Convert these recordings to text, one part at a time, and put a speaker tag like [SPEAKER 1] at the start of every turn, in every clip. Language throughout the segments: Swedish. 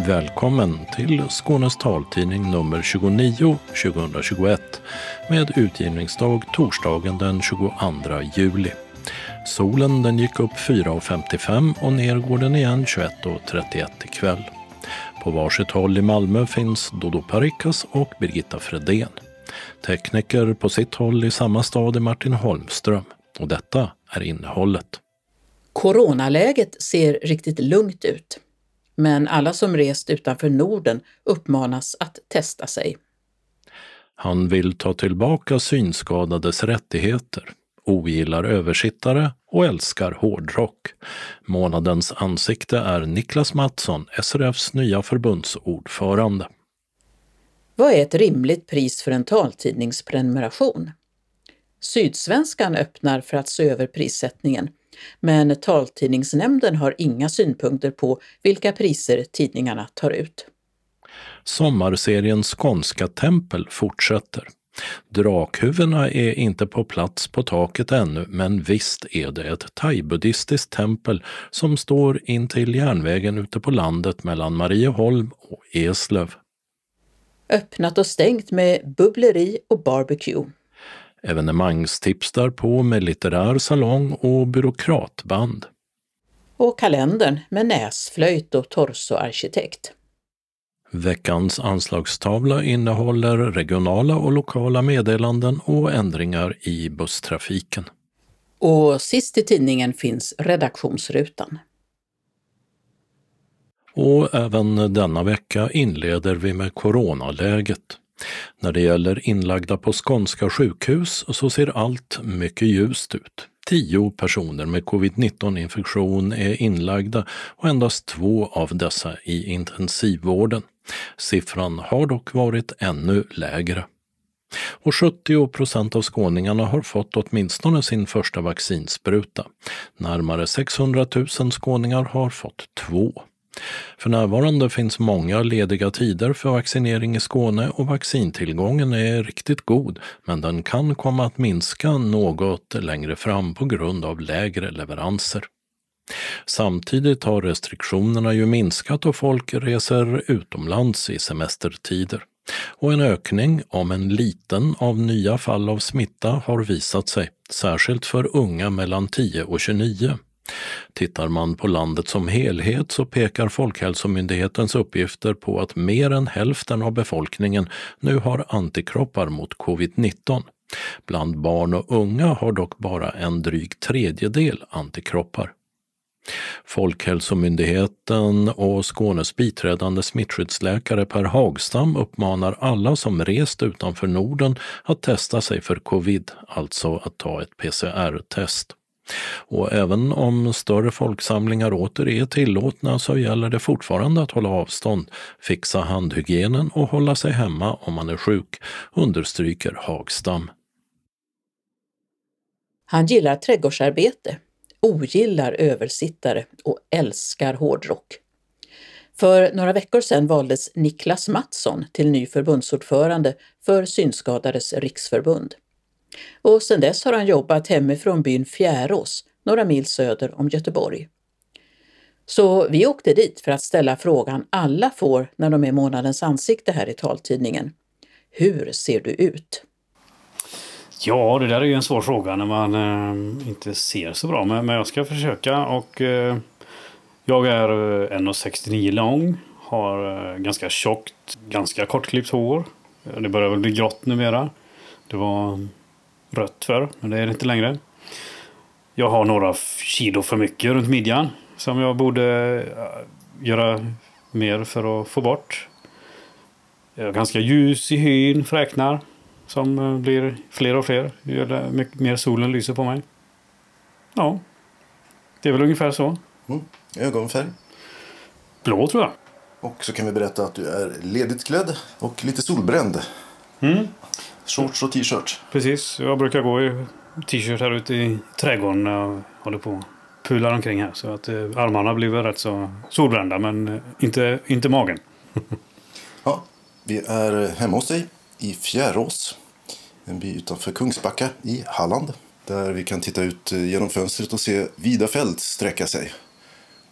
[SPEAKER 1] Välkommen till Skånes taltidning nummer 29 2021 med utgivningsdag torsdagen den 22 juli. Solen den gick upp 4.55 och ner går den igen 21.31 ikväll. På varsitt håll i Malmö finns Dodo Parikas och Birgitta Fredén. Tekniker på sitt håll i samma stad är Martin Holmström. Och detta är innehållet.
[SPEAKER 2] Coronaläget ser riktigt lugnt ut. Men alla som rest utanför Norden uppmanas att testa sig.
[SPEAKER 1] Han vill ta tillbaka synskadades rättigheter, ogillar översittare och älskar hårdrock. Månadens ansikte är Niklas Mattsson, SRFs nya förbundsordförande.
[SPEAKER 2] Vad är ett rimligt pris för en taltidningsprenumeration? Sydsvenskan öppnar för att se över prissättningen, men taltidningsnämnden har inga synpunkter på vilka priser tidningarna tar ut.
[SPEAKER 1] Sommarserien Skånska tempel fortsätter. Drakhuvudena är inte på plats på taket ännu, men visst är det ett thai-buddhistiskt tempel som står in till järnvägen ute på landet mellan Marieholm och Eslöv.
[SPEAKER 2] Öppnat och stängt med bubbleri och barbecue.
[SPEAKER 1] Evenemangstips därpå med litterär salong och byråkratband.
[SPEAKER 2] Och kalendern med näsflöjt och torsoarkitekt.
[SPEAKER 1] Veckans anslagstavla innehåller regionala och lokala meddelanden och ändringar i busstrafiken.
[SPEAKER 2] Och sist i tidningen finns redaktionsrutan.
[SPEAKER 1] Och även denna vecka inleder vi med coronaläget. När det gäller inlagda på skånska sjukhus så ser allt mycket ljust ut. 10 personer med covid-19-infektion är inlagda och endast 2 av dessa i intensivvården. Siffran har dock varit ännu lägre. Och 70% av skåningarna har fått åtminstone sin första vaccinspruta. Närmare 600 000 skåningar har fått 2. För närvarande finns många lediga tider för vaccinering i Skåne och vaccintillgången är riktigt god, men den kan komma att minska något längre fram på grund av lägre leveranser. Samtidigt har restriktionerna ju minskat och folk reser utomlands i semestertider. Och en ökning, om en liten, av nya fall av smitta har visat sig, särskilt för unga mellan 10 och 29. Tittar man på landet som helhet så pekar Folkhälsomyndighetens uppgifter på att mer än hälften av befolkningen nu har antikroppar mot covid-19. Bland barn och unga har dock bara en dryg tredjedel antikroppar. Folkhälsomyndigheten och Skånes biträdande smittskyddsläkare Per Hagstam uppmanar alla som rest utanför Norden att testa sig för covid, alltså att ta ett PCR-test. Och även om större folksamlingar åter är tillåtna så gäller det fortfarande att hålla avstånd, fixa handhygienen och hålla sig hemma om man är sjuk, understryker Hagstam.
[SPEAKER 2] Han gillar trädgårdsarbete, ogillar översittare och älskar hårdrock. För några veckor sedan valdes Niklas Mattsson till ny förbundsordförande för Synskadades riksförbund. Och sedan dess har han jobbat hemifrån byn Fjärås, några mil söder om Göteborg. Så vi åkte dit för att ställa frågan alla får när de är månadens ansikte här i taltidningen. Hur ser du ut?
[SPEAKER 3] Ja, det där är ju en svår fråga när man inte ser så bra. Men jag ska försöka och jag är 1,69 lång, har ganska tjockt, ganska kortklippt hår. Det börjar väl bli grått numera. Det var rött förr, men det är det inte längre. Jag har några kilo för mycket runt midjan som jag borde göra mer för att få bort. Jag är ganska ljus i hyn, fräknar, som blir fler och fler ju mycket mer solen lyser på mig. Ja, det är väl ungefär så.
[SPEAKER 4] Ögonfärg?
[SPEAKER 3] Blå tror jag.
[SPEAKER 4] Och så kan vi berätta att du är ledigt klädd och lite solbränd. Shorts och t-shirt.
[SPEAKER 3] Precis, jag brukar gå i t-shirt här ute i trädgården när jag håller på och pular omkring här. Så att armarna blir väl rätt så solbrända, men inte magen.
[SPEAKER 4] Ja, vi är hemma hos dig i Fjärås. En by utanför Kungsbacka i Halland. Där vi kan titta ut genom fönstret och se vida fält sträcka sig.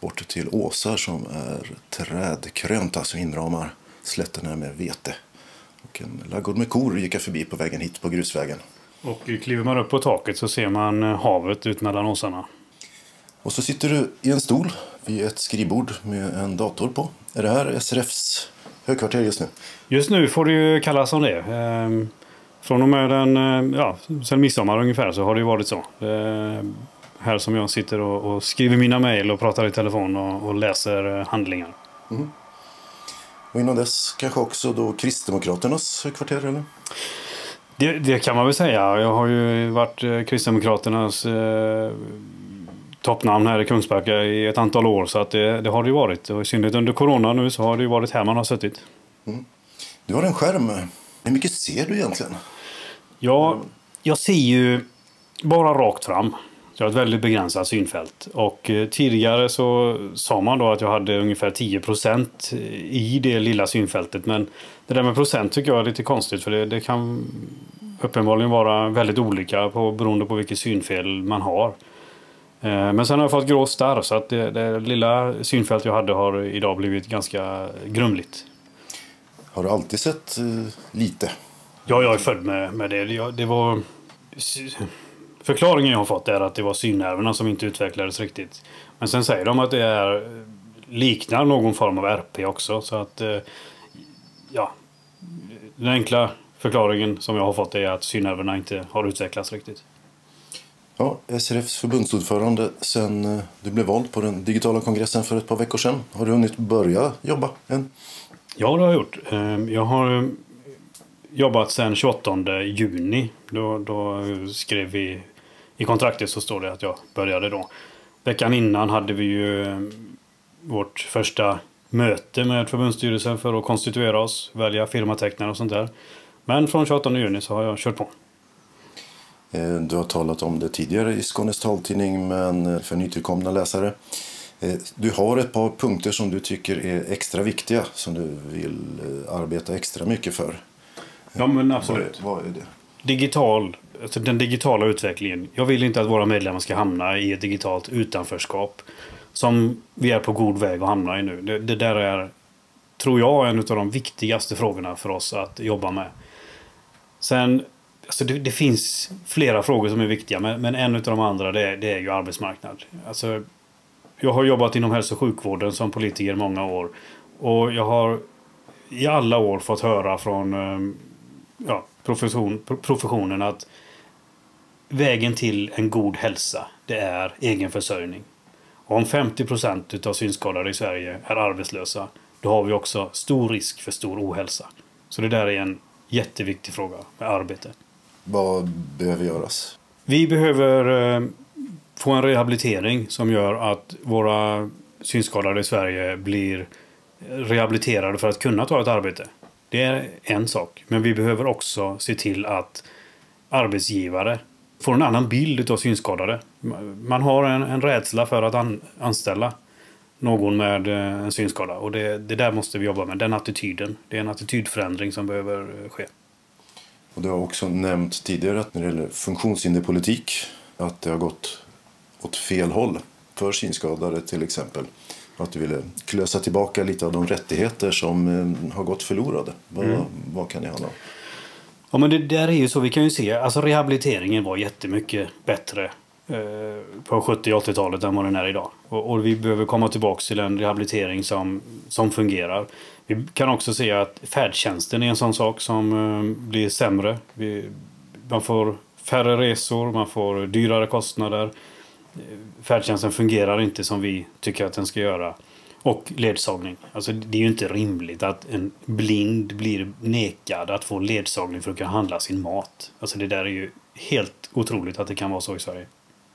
[SPEAKER 4] bort till åsar som är trädkrönt, alltså inramar slätten här med vete. Och en ladugård med kor gick jag förbi på vägen hit på grusvägen.
[SPEAKER 3] Och kliver man upp på taket så ser man havet ut mellan åsarna.
[SPEAKER 4] Och så sitter du i en stol vid ett skrivbord med en dator på. Är det här SRFs högkvarter just nu?
[SPEAKER 3] Just nu får det ju kallas som det. Från och med sen midsommar ungefär så har det ju varit så. Här som jag sitter och skriver mina mejl och pratar i telefon och läser handlingar.
[SPEAKER 4] Mm. Och innan dess kanske också då Kristdemokraternas högkvarter, eller?
[SPEAKER 3] Det kan man väl säga. Jag har ju varit Kristdemokraternas toppnamn här i Kungsbacka i ett antal år, så att det har det ju varit. Och i synnerhet under corona nu så har det ju varit här man har suttit.
[SPEAKER 4] Mm. Du har en skärm. Hur mycket ser du egentligen?
[SPEAKER 3] Ja, jag ser ju bara rakt fram. Jag har ett väldigt begränsat synfält. Och tidigare så sa man då att jag hade ungefär 10% i det lilla synfältet. Men det där med procent tycker jag är lite konstigt, för det kan uppenbarligen vara väldigt olika beroende på vilket synfel man har. Men sen har jag fått grå starr, så att det lilla synfält jag hade har idag blivit ganska grumligt.
[SPEAKER 4] Har du alltid sett lite?
[SPEAKER 3] Ja, jag är född med det. Det var... Förklaringen jag har fått är att det var synnerverna som inte utvecklades riktigt. Men sen säger de att det liknar någon form av RP också. Så att, den enkla förklaringen som jag har fått är att synnerverna inte har utvecklats riktigt.
[SPEAKER 4] Ja, SRFs förbundsordförande sen du blev vald på den digitala kongressen för ett par veckor sedan. Har du hunnit börja jobba än?
[SPEAKER 3] Ja, det har jag gjort. Jag har jobbat sedan 28 juni. Då skrev vi i kontraktet, så står det att jag började då. Veckan innan hade vi ju vårt första möte med förbundsstyrelsen för att konstituera oss, välja firmatecknare och sånt där. Men från 28 juni så har jag kört på.
[SPEAKER 4] Du har talat om det tidigare i Skånes taltidning, men för nytillkomna läsare. Du har ett par punkter som du tycker är extra viktiga, som du vill arbeta extra mycket för.
[SPEAKER 3] Ja, men absolut.
[SPEAKER 4] Vad är det?
[SPEAKER 3] Den digitala utvecklingen. Jag vill inte att våra medlemmar ska hamna i ett digitalt utanförskap som vi är på god väg att hamna i nu. Det där är, tror jag, en av de viktigaste frågorna för oss att jobba med. Sen, alltså det finns flera frågor som är viktiga, men en av de andra det är ju arbetsmarknad. Alltså, jag har jobbat inom hälso- och sjukvården som politiker många år, och jag har i alla år fått höra från professionen att vägen till en god hälsa, det är egenförsörjning. Och om 50% av synskadade i Sverige är arbetslösa, då har vi också stor risk för stor ohälsa. Så det där är en jätteviktig fråga med arbete.
[SPEAKER 4] Vad behöver göras?
[SPEAKER 3] Vi behöver få en rehabilitering som gör att våra synskadade i Sverige blir rehabiliterade för att kunna ta ett arbete. Det är en sak. Men vi behöver också se till att arbetsgivare får en annan bild av synskadade. Man har en rädsla för att anställa någon med en synskada. Och det där måste vi jobba med. Den attityden. Det är en attitydförändring som behöver ske.
[SPEAKER 4] Och du har också nämnt tidigare att när det gäller funktionshinderpolitik att det har gått åt fel håll för synskadade till exempel. Att du ville klösa tillbaka lite av de rättigheter som har gått förlorade. Vad kan det handla om?
[SPEAKER 3] Ja, men det där är ju så, vi kan ju se, alltså rehabiliteringen var jättemycket bättre på 70- och 80-talet än vad den är idag. Och vi behöver komma tillbaka till en rehabilitering som fungerar. Vi kan också se att färdtjänsten är en sån sak som blir sämre. Man får färre resor, man får dyrare kostnader. Färdtjänsten fungerar inte som vi tycker att den ska göra. Och ledsagning. Alltså det är ju inte rimligt att en blind blir nekad att få ledsagning för att kunna handla sin mat. Alltså det där är ju helt otroligt att det kan vara så i Sverige.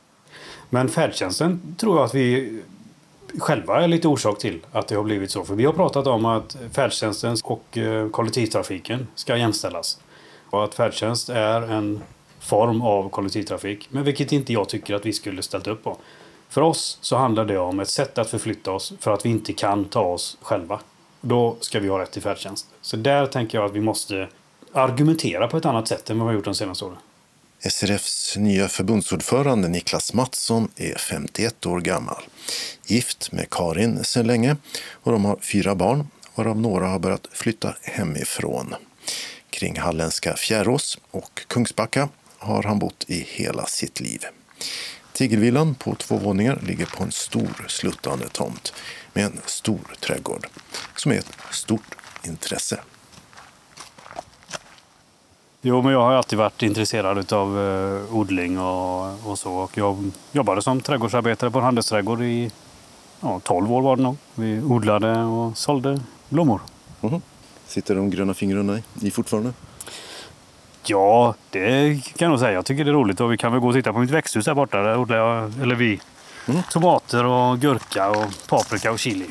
[SPEAKER 3] Men färdtjänsten tror jag att vi själva är lite orsak till att det har blivit så. För vi har pratat om att färdtjänsten och kollektivtrafiken ska jämställas. Och att färdtjänst är en form av kollektivtrafik. Men vilket inte jag tycker att vi skulle ställt upp på. För oss så handlar det om ett sätt att förflytta oss för att vi inte kan ta oss själva. Då ska vi ha rätt till färdtjänst. Så där tänker jag att vi måste argumentera på ett annat sätt än vad vi har gjort de senaste åren.
[SPEAKER 4] SRFs nya förbundsordförande Niklas Mattsson är 51 år gammal. Gift med Karin sedan länge och de har 4 barn, varav några har börjat flytta hemifrån. Kring halländska Fjärås och Kungsbacka har han bott i hela sitt liv. Tegelvillan på 2 våningar ligger på en stor sluttande tomt med en stor trädgård som är ett stort intresse.
[SPEAKER 3] Jo, men jag har alltid varit intresserad av odling och så. Och jag jobbade som trädgårdsarbetare på en handelsträdgård i 12 år var det nog. Vi odlade och sålde blommor.
[SPEAKER 4] Mm-hmm. Sitter de gröna fingrarna i fortfarande?
[SPEAKER 3] Ja, det kan jag nog säga. Jag tycker det är roligt. Och vi kan väl gå och titta på mitt växthus här borta. Där odlar jag, eller vi, tomater och gurka och paprika och chili.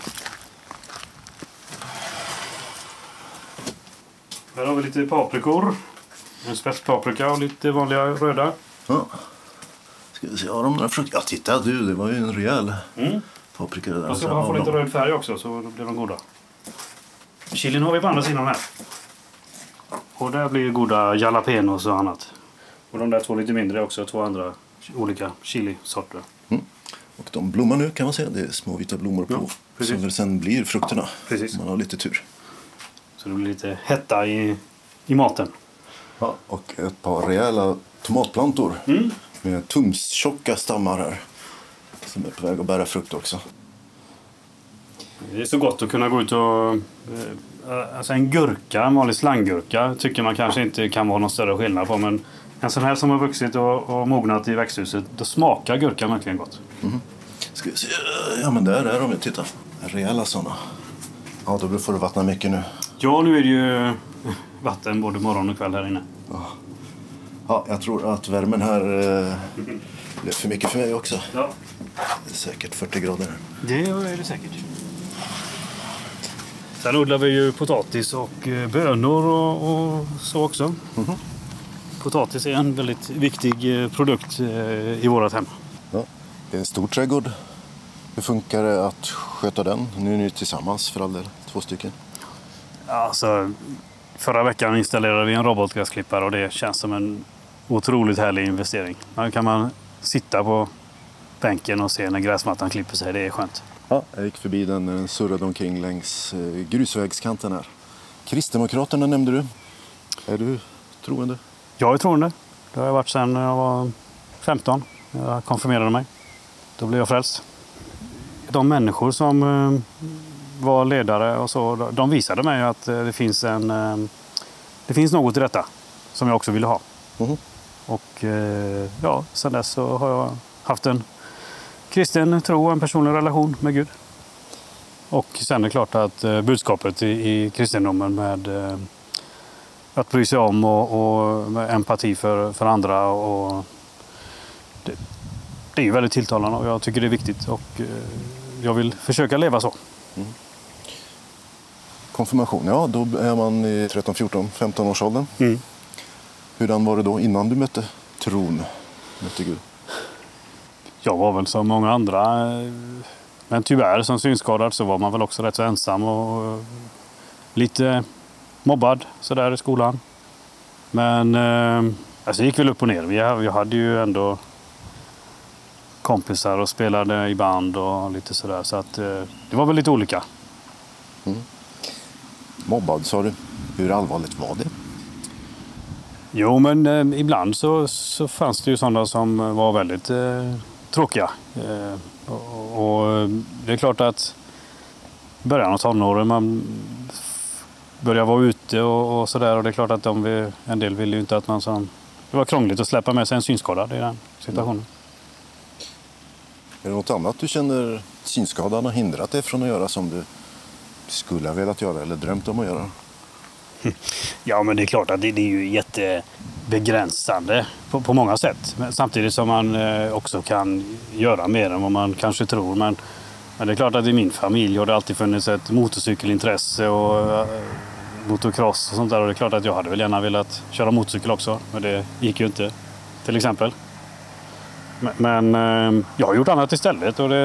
[SPEAKER 3] Här har vi lite paprikor. En spetspaprika och lite vanliga röda.
[SPEAKER 4] Ja. Ska vi se, har de några frukt? Ja, titta du, det var ju en rejäl paprika där.
[SPEAKER 3] Jag ska bara få lite röd färg också så blir de goda. Chilin har vi på andra sidan här. Och där blir goda jalapenos och annat. Och de där 2 lite mindre också, 2 andra olika chilisorter.
[SPEAKER 4] Mm. Och de blommar nu kan man säga, det är små vita blommor på.
[SPEAKER 3] Precis.
[SPEAKER 4] Som väl sen blir frukterna.
[SPEAKER 3] Precis.
[SPEAKER 4] Man har lite tur.
[SPEAKER 3] Så det blir lite hetta i maten.
[SPEAKER 4] Ja, och ett par rejäla tomatplantor med tumstjocka stammar här. Som är på väg att bära frukt också.
[SPEAKER 3] Det är så gott att kunna gå ut och... Alltså en gurka, en vanlig slanggurka, tycker man kanske inte kan vara någon större skillnad på. Men en sån här som har vuxit och mognat i växthuset, då smakar gurkan verkligen gott.
[SPEAKER 4] Mm. Ska vi se. Ja, men där är de. Titta. Rejäla sådana. Ja, då får du vattna mycket nu.
[SPEAKER 3] Ja, nu är det ju vatten både morgon och kväll här inne.
[SPEAKER 4] Ja, jag tror att värmen här blev för mycket för mig också.
[SPEAKER 3] Ja.
[SPEAKER 4] Det är säkert 40 grader här.
[SPEAKER 3] Det är det säkert. Sen odlar vi ju potatis och bönor och så också. Mm-hmm. Potatis är en väldigt viktig produkt i vårt hem.
[SPEAKER 4] Ja, det är en stor trädgård. Hur funkar det att sköta den? Nu är ni tillsammans för all del, 2 stycken.
[SPEAKER 3] Alltså, förra veckan installerade vi en robotgräsklippare och det känns som en otroligt härlig investering. Här kan man sitta på bänken och se när gräsmattan klipper sig. Det är skönt.
[SPEAKER 4] Ja, jag gick förbi den när den surrade omkring längs grusvägskanten här. Kristdemokraterna nämnde du. Är du troende?
[SPEAKER 3] Jag är troende. Det har jag varit sedan jag var 15. Jag konfirmerade mig. Då blev jag frälst. De människor som var ledare och så, de visade mig att det finns något i detta som jag också ville ha. Mm. Och ja, sedan dess så har jag haft en kristen tro och en personlig relation med Gud. Och sen är det klart att budskapet i kristendomen med att bry sig om och med empati för andra och det är ju väldigt tilltalande och jag tycker det är viktigt och jag vill försöka leva så. Mm.
[SPEAKER 4] Konfirmation, ja då är man i 13, 14, 15 års åldern. Mm. Hurdan var det då innan du mötte Gud?
[SPEAKER 3] Jag var väl som många andra, men tyvärr som synskadad så var man väl också rätt så ensam och lite mobbad sådär i skolan. Men alltså det gick väl upp och ner. Jag hade ju ändå kompisar och spelade i band och lite sådär. Så att det var väl lite olika.
[SPEAKER 4] Mm. Mobbad sa du. Hur allvarligt var det?
[SPEAKER 3] Jo, men ibland så fanns det ju sådana som var väldigt tråkiga. Och det är klart att i början av tonåren man börjar vara ute och sådär. Och det är klart att en del ville ju inte att man som... Det var krångligt att släppa med sig en synskadad i den situationen.
[SPEAKER 4] Är det något annat du känner synskadan har hindrat dig från att göra som du skulle ha velat göra eller drömt om att göra?
[SPEAKER 3] Ja, men det är klart att det är ju jättebegränsande på många sätt. Men samtidigt som man också kan göra mer än vad man kanske tror. Men det är klart att i min familj har det alltid funnits ett motorcykelintresse och motocross och sånt där. Och det är klart att jag hade väl gärna velat köra motorcykel också. Men det gick ju inte, till exempel. Men jag har gjort annat istället. Och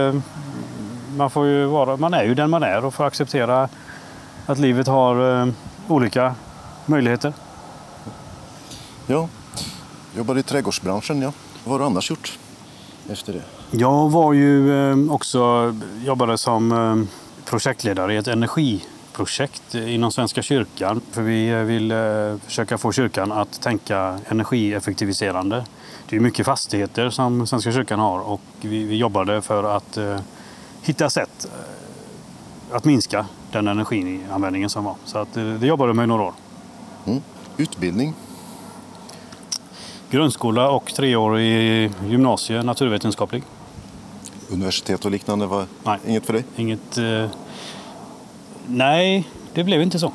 [SPEAKER 3] man är ju den man är och får acceptera att livet har olika möjligheter.
[SPEAKER 4] Ja, Jobbade i trädgårdsbranschen, ja. Vad har du annars gjort efter det?
[SPEAKER 3] Jag var ju också jobbade som projektledare i ett energiprojekt inom Svenska kyrkan. För vi vill försöka få kyrkan att tänka energieffektiviserande. Det är mycket fastigheter som Svenska kyrkan har och vi jobbade för att hitta sätt att minska den energianvändningen som var. Så att det jobbade med några år.
[SPEAKER 4] Utbildning?
[SPEAKER 3] Grundskola och 3-årig gymnasie, naturvetenskaplig.
[SPEAKER 4] Universitet och liknande var inget för dig?
[SPEAKER 3] Inget... nej, det blev inte så.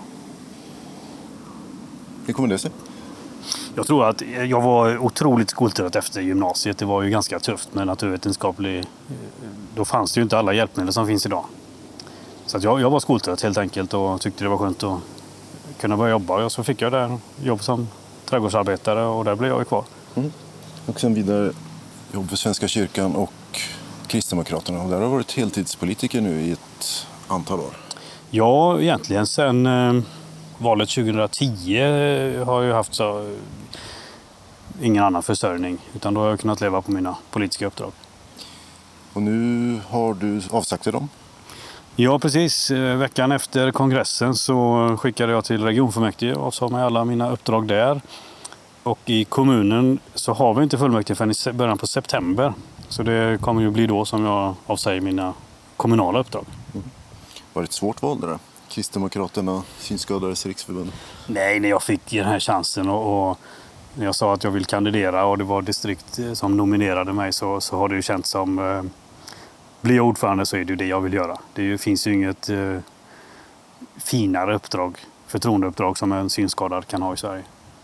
[SPEAKER 4] Hur kommer det sig?
[SPEAKER 3] Jag tror att jag var otroligt skoltrött efter gymnasiet. Det var ju ganska tufft med naturvetenskaplig... Då fanns det ju inte alla hjälpmedel som finns idag. Så att jag var skoltrött helt enkelt och tyckte det var skönt att kunna börja jobba. Och så fick jag där jobb som trädgårdsarbetare och där blev jag kvar.
[SPEAKER 4] Och sen vidare jobb för Svenska kyrkan och Kristdemokraterna. Och där har du varit heltidspolitiker nu i ett antal år.
[SPEAKER 3] Ja, egentligen sen valet 2010 har jag haft ingen annan försörjning. Utan då har jag kunnat leva på mina politiska uppdrag.
[SPEAKER 4] Och nu har du avsagt dig dem?
[SPEAKER 3] Ja, precis. Veckan efter kongressen så skickade jag till regionfullmäktige och avsade mig alla mina uppdrag där. Och i kommunen så har vi inte fullmäktige förrän i början på september. Så det kommer ju bli då som jag avsäger mina kommunala uppdrag.
[SPEAKER 4] Var det ett svårt val det där? Kristdemokraterna, Synskadades riksförbund?
[SPEAKER 3] Nej, när jag fick den här chansen och när jag sa att jag vill kandidera och det var distrikt som nominerade mig så har det ju känts som... Blir jag ordförande så är det ju det jag vill göra. Finns ju inget finare uppdrag, förtroendeuppdrag som en synskadad kan ha i Sverige.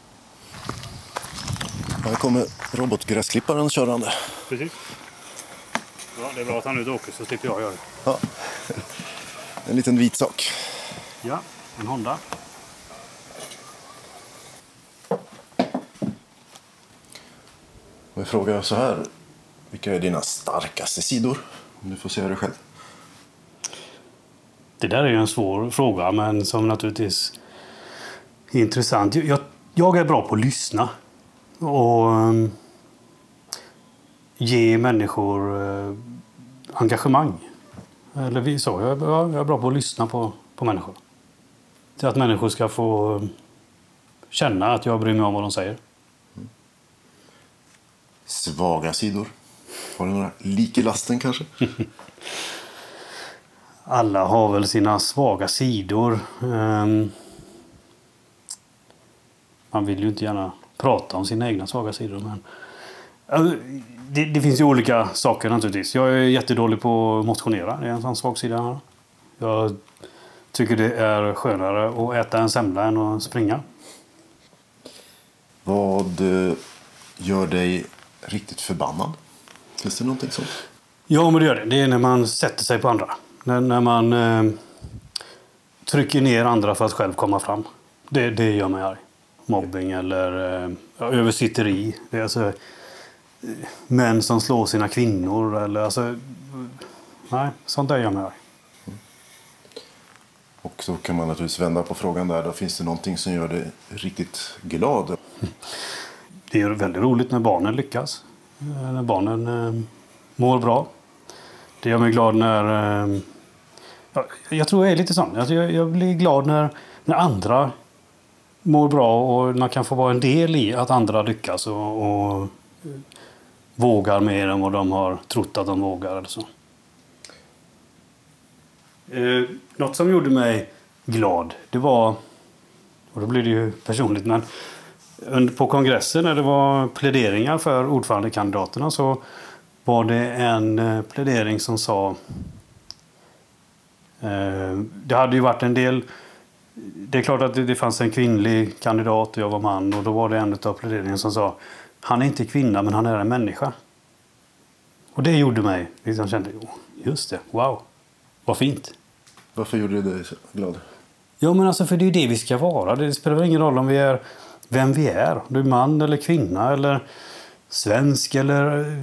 [SPEAKER 4] Här kommer robotgräsklipparen körande.
[SPEAKER 3] Precis. Ja, det är bra att han nu åker så slipper jag göra det.
[SPEAKER 4] Ja. En liten vit sak.
[SPEAKER 3] Ja, en Honda.
[SPEAKER 4] Och jag frågar så här. Vilka är dina starkaste sidor? Om du får säga det själv.
[SPEAKER 3] Det där är ju en svår fråga men som naturligtvis är intressant. Jag är bra på att lyssna. Och ge människor engagemang. Eller så. Jag är bra på att lyssna på människor. Till att människor ska få känna att jag bryr mig om vad de säger.
[SPEAKER 4] Svaga sidor. Har du några lik i lasten kanske?
[SPEAKER 3] Alla har väl sina svaga sidor. Man vill ju inte gärna prata om sina egna svaga sidor. Men det finns ju olika saker naturligtvis. Jag är jättedålig på att motionera. Det är en sån svag sida. Jag tycker det är skönare att äta en semla än att springa.
[SPEAKER 4] Vad gör dig riktigt förbannad? Finns det någonting sånt?
[SPEAKER 3] Ja, men det gör det. Det är när man sätter sig på andra. När man trycker ner andra för att själv komma fram. Det gör mig arg. Mobbing eller översitteri. Det är alltså män som slår sina kvinnor. Eller, alltså, nej, sånt där gör mig arg.
[SPEAKER 4] Och så kan man naturligtvis vända på frågan där. Då finns det någonting som gör dig riktigt glad?
[SPEAKER 3] Det är väldigt roligt när barnen lyckas. När barnen mår bra. Det gör mig glad när... jag tror jag är lite sån. Jag blir glad när andra mår bra och man kan få vara en del i att andra lyckas och vågar mer än vad de har trott att de vågar. Eller så. Något som gjorde mig glad, det var... Och då blir det ju personligt, men... På kongressen när det var pläderingar för ordförandekandidaterna så var det en plädering som sa det hade ju varit en del, det är klart att det fanns en kvinnlig kandidat och jag var man och då var det en av pläderingen som sa han är inte kvinna men han är en människa. Och det gjorde mig liksom kände just det, wow, vad fint.
[SPEAKER 4] Varför gjorde det dig så glad?
[SPEAKER 3] Ja men alltså för det är ju det vi ska vara, det spelar ingen roll om vi är vem vi är. Du är man eller kvinna eller svensk eller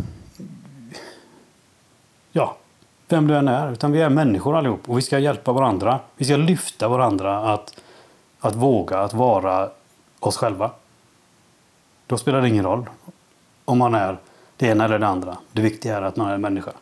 [SPEAKER 3] ja, vem du än är. Utan vi är människor allihop och vi ska hjälpa varandra. Vi ska lyfta varandra att våga, att vara oss själva. Då spelar det ingen roll om man är det ena eller det andra. Det viktiga är att man är en människa.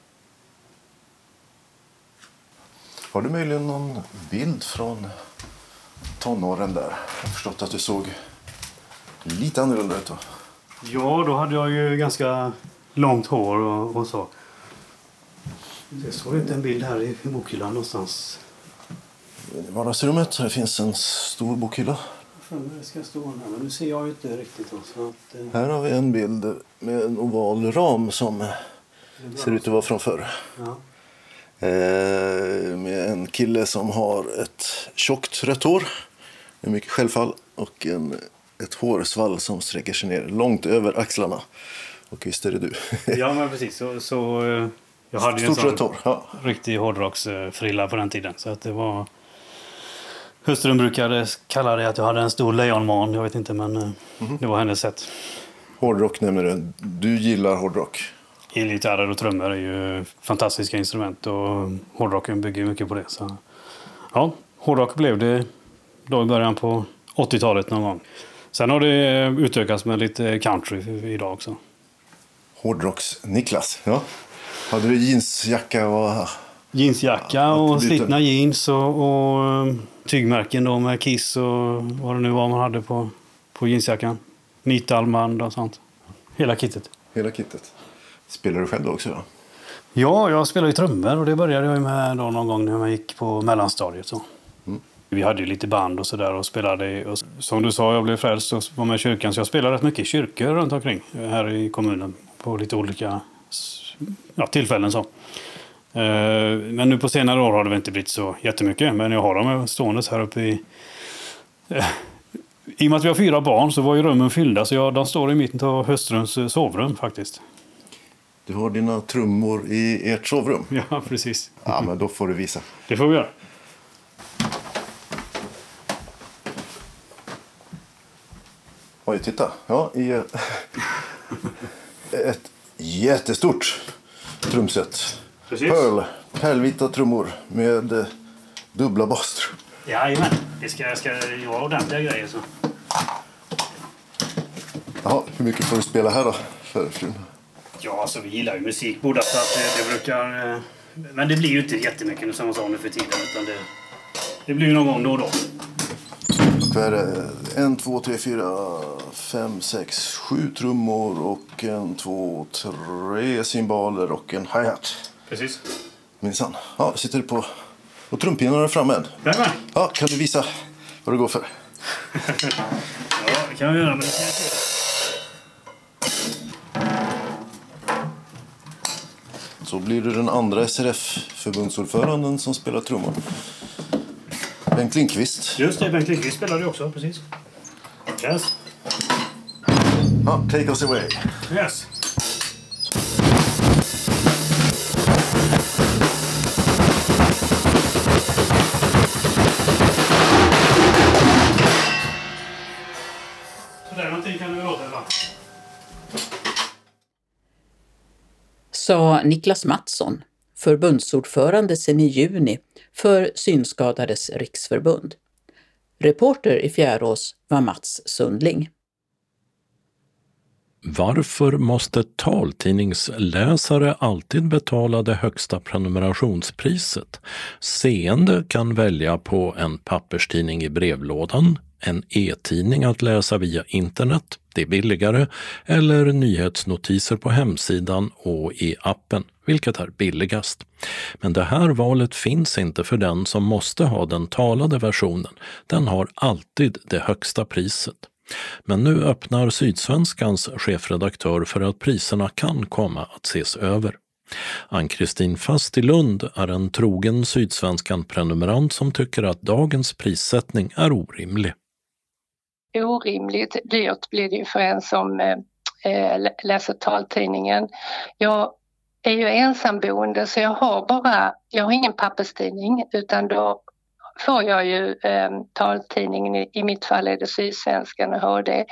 [SPEAKER 4] Har du möjligen någon bild från tonåren där? Jag har förstått att du såg lite annorlunda ut då.
[SPEAKER 3] Ja, då hade jag ju ganska långt hår och så. Jag såg inte en bild här i bokhyllan någonstans.
[SPEAKER 4] I vardagsrummet det finns en stor bokhylla.
[SPEAKER 3] Det ska stå här, men nu ser jag ju inte riktigt. Så att,
[SPEAKER 4] Här har vi en bild med en oval ram som ser ut att vara från förr.
[SPEAKER 3] ja.
[SPEAKER 4] Med en kille som har ett tjockt rött hår. Med mycket självfall och ett hårsvall som sträcker sig ner långt över axlarna. Och visst är det du.
[SPEAKER 3] Ja, men precis. Så jag hade ju en
[SPEAKER 4] Stort rött
[SPEAKER 3] sån
[SPEAKER 4] hår. Ja.
[SPEAKER 3] riktig hårdrocksfrilla på den tiden. Så att det var... Hustrun brukade kalla det att jag hade en stor lejonman. Jag vet inte, men det var hennes sätt.
[SPEAKER 4] Hårdrock nämner du. Du gillar hårdrock.
[SPEAKER 3] Elgitarrer och trummor är ju fantastiska instrument. Och hårdrocken bygger mycket på det. Så ja, hårdrock blev det då i början på 80-talet någon gång. Sen har det utökats med lite country idag också.
[SPEAKER 4] Hårdrocks-Niklas. Ja. Hade du jeansjacka och...
[SPEAKER 3] Jeansjacka och slitna jeans och tygmärken då med Kiss och vad det nu var man hade på jeansjackan. Nitalmand och sånt. Hela kittet.
[SPEAKER 4] Hela kittet. Spelar du själv då också? Ja?
[SPEAKER 3] Ja, jag spelade ju trummor och det började jag med då någon gång när jag gick på mellanstadiet. Så. Vi hade ju lite band och sådär och spelade. Och som du sa, jag blev frälst och var med i kyrkan. Så jag spelade rätt mycket i kyrkor runt omkring här i kommunen. På lite olika tillfällen så. Men nu på senare år har det väl inte blivit så jättemycket. Men jag har dem stående här uppe i... I och med att vi har 4 barn så var ju rummen fyllda. Så de står i mitten av hustruns sovrum faktiskt.
[SPEAKER 4] Du har dina trummor i ert sovrum?
[SPEAKER 3] Ja, precis.
[SPEAKER 4] Ja, men då får du visa.
[SPEAKER 3] Det får vi göra.
[SPEAKER 4] Oj, titta. Ja, i ett jättestort trumset.
[SPEAKER 3] Precis.
[SPEAKER 4] Pärlvita trummor med dubbla basstrum.
[SPEAKER 3] Jajamän, det ska göra ordentliga grejer så.
[SPEAKER 4] Jaha, hur mycket får du spela här då för frun?
[SPEAKER 3] Ja, så vi gillar ju musik båda så att det brukar... Men det blir ju inte jättemycket som man sa nu för tiden utan det blir ju någon gång då och då.
[SPEAKER 4] Vad är det? 1, 2, 3, 4, 5, 6, 7 trummor och 1, 2, 3 cymbaler och en hi-hat.
[SPEAKER 3] Precis.
[SPEAKER 4] Minsann. Ja, sitter du på... Och trumpinnarna är framme än.
[SPEAKER 3] Jajamän.
[SPEAKER 4] Ja, kan du visa vad det går för?
[SPEAKER 3] Ja, det kan vi göra. Men det kan jag inte.
[SPEAKER 4] Så blir du den andra SRF-förbundsordföranden som spelar trummor. Bengt Lindqvist.
[SPEAKER 3] Just det, Bengt Lindqvist spelade ju också, precis. Yes.
[SPEAKER 4] Ja, take us away.
[SPEAKER 3] Yes. Så där någonting kan du låta ibland.
[SPEAKER 2] Sa Niklas Mattsson, förbundsordförande sedan i juni för Synskadades riksförbund. Reporter i Fjärås var Mats Sundling.
[SPEAKER 1] Varför måste taltidningsläsare alltid betala det högsta prenumerationspriset? Seende kan välja på en papperstidning i brevlådan, en e-tidning att läsa via internet, det är billigare, eller nyhetsnotiser på hemsidan och i appen, vilket är billigast. Men det här valet finns inte för den som måste ha den talade versionen. Den har alltid det högsta priset. Men nu öppnar Sydsvenskans chefredaktör för att priserna kan komma att ses över. Ann-Kristin Fast i Lund är en trogen Sydsvenskan-prenumerant som tycker att dagens prissättning är orimlig.
[SPEAKER 5] Orimligt dyrt blir det ju för en som läser taltidningen. Jag är ju ensamboende så jag har ingen papperstidning utan då får jag ju taltidningen, i mitt fall är det Sydsvenskan och HD,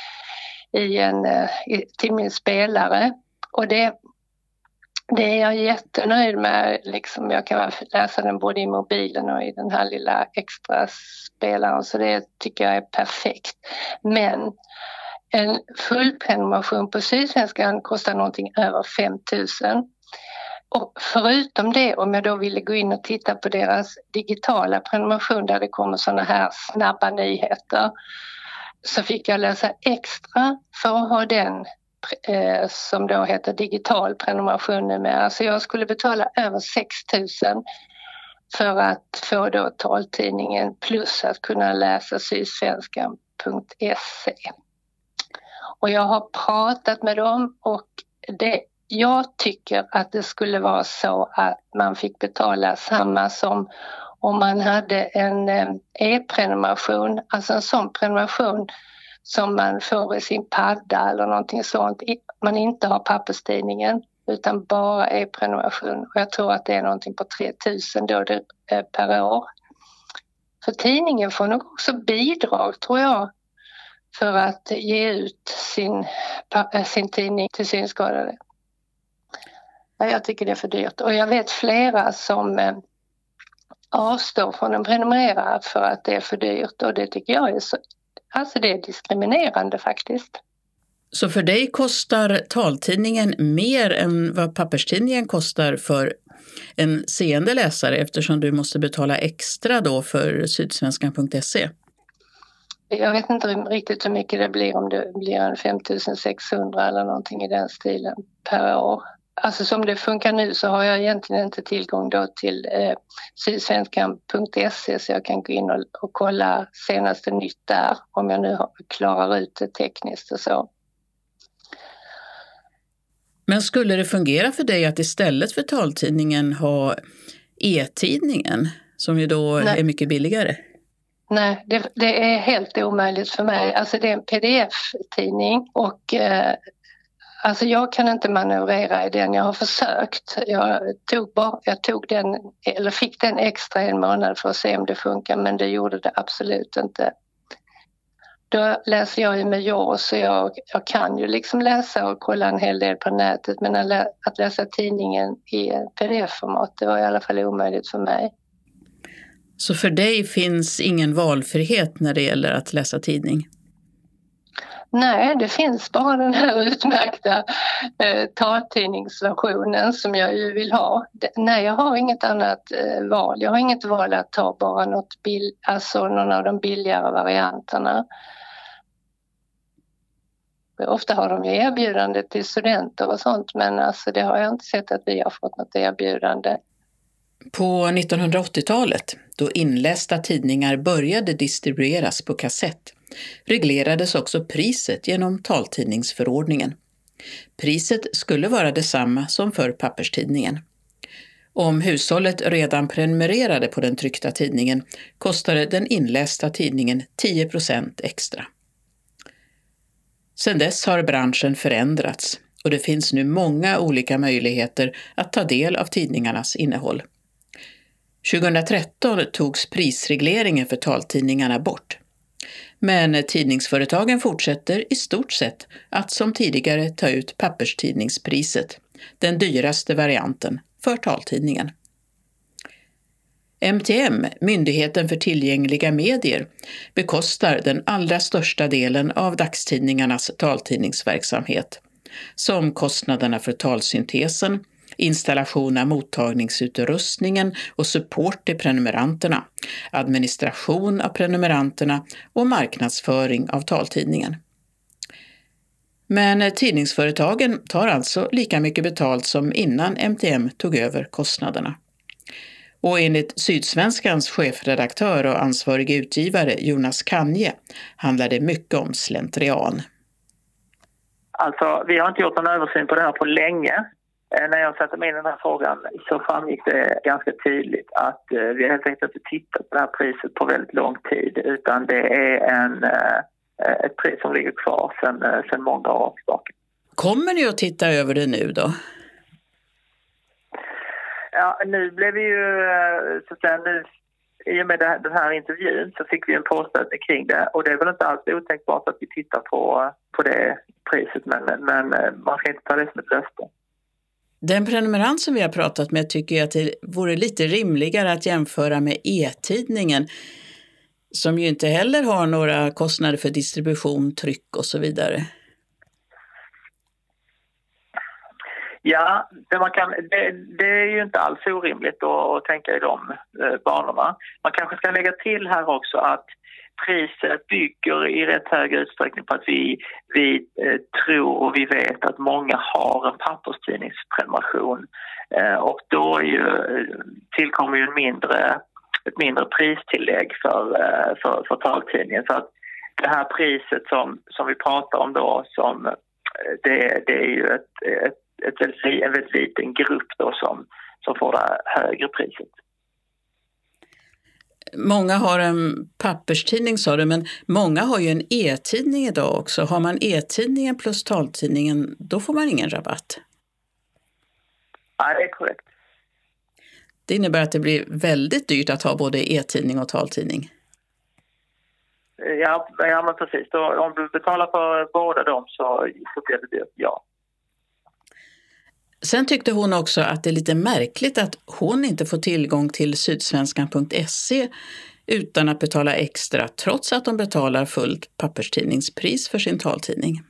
[SPEAKER 5] till min spelare. Och det är jag jättenöjd med. Liksom, jag kan läsa den både i mobilen och i den här lilla extra spelaren. Så det tycker jag är perfekt. Men En fullprenumeration på Sydsvenskan kostar någonting över 5 000. Och förutom det, om jag då ville gå in och titta på deras digitala prenumeration där det kommer sådana här snabba nyheter, så fick jag läsa extra för att ha den som då heter digital prenumeration med. Alltså jag skulle betala över 6 000 för att få då taltidningen plus att kunna läsa sydsvenskan.se. Och jag har pratat med dem och jag tycker att det skulle vara så att man fick betala samma som om man hade en e-prenumeration, alltså en sån prenumeration som man får i sin padda eller någonting sånt. Man inte har papperstidningen utan bara e-prenumeration. Och jag tror att det är någonting på 3 000 då per år. För tidningen får nog också bidrag, tror jag, för att ge ut sin tidning till synskadade. Jag tycker det är för dyrt. Och jag vet flera som avstår från att prenumerera för att det är för dyrt. Och det tycker jag är det är diskriminerande faktiskt.
[SPEAKER 2] Så för dig kostar taltidningen mer än vad papperstidningen kostar för en seende läsare eftersom du måste betala extra då för sydsvenskan.se?
[SPEAKER 5] Jag vet inte riktigt hur mycket det blir, om det blir en 5 600 eller någonting i den stilen per år. Alltså som det funkar nu så har jag egentligen inte tillgång då till sydsvenskan.se så jag kan gå in och kolla senaste nytt där om jag nu klarar ut det tekniskt och så.
[SPEAKER 2] Men skulle det fungera för dig att istället för taltidningen ha e-tidningen som ju då är mycket billigare?
[SPEAKER 5] Nej, det är helt omöjligt för mig. Alltså det är en pdf-tidning och alltså jag kan inte manövrera i den. Jag har försökt. Jag tog den, eller fick den extra en månad för att se om det funkar, men det gjorde det absolut inte. Då läser jag ju med JAWS så jag kan ju liksom läsa och kolla en hel del på nätet, men att läsa tidningen i pdf-format, det var i alla fall omöjligt för mig.
[SPEAKER 2] Så för dig finns ingen valfrihet när det gäller att läsa tidning?
[SPEAKER 5] Nej, det finns bara den här utmärkta taltidningsversionen som jag ju vill ha. Nej, jag har inget annat val. Jag har inget val att ta bara någon av de billigare varianterna. Ofta har de ju erbjudande till studenter och sånt, men alltså det har jag inte sett att vi har fått något erbjudande.
[SPEAKER 2] På 1980-talet, då inlästa tidningar började distribueras på kassett, reglerades också priset genom taltidningsförordningen. Priset skulle vara detsamma som för papperstidningen. Om hushållet redan prenumererade på den tryckta tidningen kostade den inlästa tidningen 10% extra. Sedan dess har branschen förändrats och det finns nu många olika möjligheter att ta del av tidningarnas innehåll. 2013 togs prisregleringen för taltidningarna bort. Men tidningsföretagen fortsätter i stort sett att som tidigare ta ut papperstidningspriset, den dyraste varianten, för taltidningen. MTM, Myndigheten för tillgängliga medier, bekostar den allra största delen av dagstidningarnas taltidningsverksamhet, som kostnaderna för talsyntesen, installation av mottagningsutrustningen och support till prenumeranterna, administration av prenumeranterna och marknadsföring av taltidningen. Men tidningsföretagen tar alltså lika mycket betalt som innan MTM tog över kostnaderna. Och enligt Sydsvenskans chefredaktör och ansvarig utgivare Jonas Kanje handlar det mycket om slentrian.
[SPEAKER 6] Alltså, vi har inte gjort någon översyn på det här på länge. När jag satte mig in i den här frågan så framgick det ganska tydligt att vi helt enkelt inte tittat på det här priset på väldigt lång tid, utan det är ett pris som ligger kvar sedan många år tillbaka.
[SPEAKER 2] Kommer ni att titta över det nu då?
[SPEAKER 6] Ja, nu blev vi ju, så att säga, nu, i och med den här intervjun så fick vi en påstötning kring det, och det är väl inte alls otänkbart att vi tittar på det priset, men man ska inte ta det som ett löfte.
[SPEAKER 2] Den prenumerant som vi har pratat med tycker att det vore lite rimligare att jämföra med e-tidningen. som ju inte heller har några kostnader för distribution, tryck och så vidare.
[SPEAKER 6] Ja, det är ju inte alls orimligt att tänka i de banorna. Man kanske ska lägga till här också att priset bygger i rätt hög utsträckning på att vi tror och vi vet att många har en papperstidningsprenumeration. Och då tillkommer ju ett mindre pristillägg för taltidningen. Så att det här priset som vi pratar om då, det är ju en väldigt liten grupp då som får det högre priset.
[SPEAKER 2] Många har en papperstidning, sa du, men många har ju en e-tidning idag också. Har man e-tidningen plus taltidningen, då får man ingen rabatt.
[SPEAKER 6] Nej, det är korrekt.
[SPEAKER 2] Det innebär att det blir väldigt dyrt att ha både e-tidning och taltidning.
[SPEAKER 6] Ja men precis. Då, om du betalar för båda dem så blir det dyrt, ja.
[SPEAKER 2] Sen tyckte hon också att det är lite märkligt att hon inte får tillgång till sydsvenskan.se utan att betala extra, trots att de betalar fullt papperstidningspris för sin taltidning.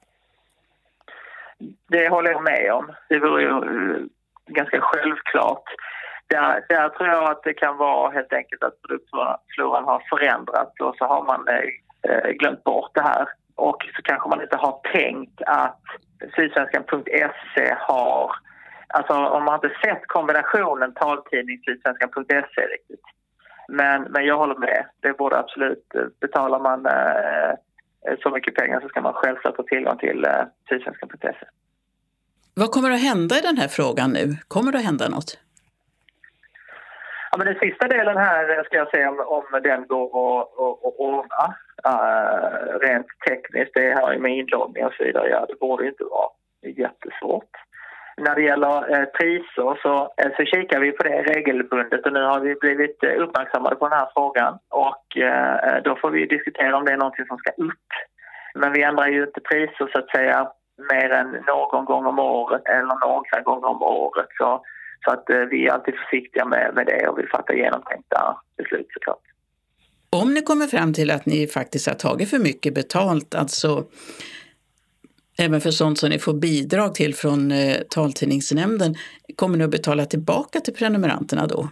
[SPEAKER 6] Det håller jag med om. Det vore ju ganska självklart. Där tror jag att det kan vara helt enkelt att produktfloran har förändrats och så har man glömt bort det här. Och så kanske man inte har tänkt att sydsvenskan.se har, alltså om man inte sett kombinationen taltidning sydsvenskan.se riktigt. Men jag håller med, det borde absolut, betalar man så mycket pengar så ska man självklart få tillgång till sydsvenskan.se.
[SPEAKER 2] Vad kommer att hända i den här frågan nu? Kommer det att hända något?
[SPEAKER 6] Ja, men den sista delen här ska jag säga om den går att ordna rent tekniskt. Det här med inloggning och så vidare, ja, det borde inte vara jättesvårt. När det gäller priser så kikar vi på det regelbundet och nu har vi blivit uppmärksammade på den här frågan och då får vi diskutera om det är någonting som ska upp. Men vi ändrar ju inte priser så att säga mer än någon gång om året eller några gånger om året. Så att vi är alltid försiktiga med det och vi fattar genomtänkta beslut såklart.
[SPEAKER 2] Om ni kommer fram till att ni faktiskt har tagit för mycket betalt, alltså även för sånt som ni får bidrag till från taltidningsnämnden, kommer ni att betala tillbaka till prenumeranterna då?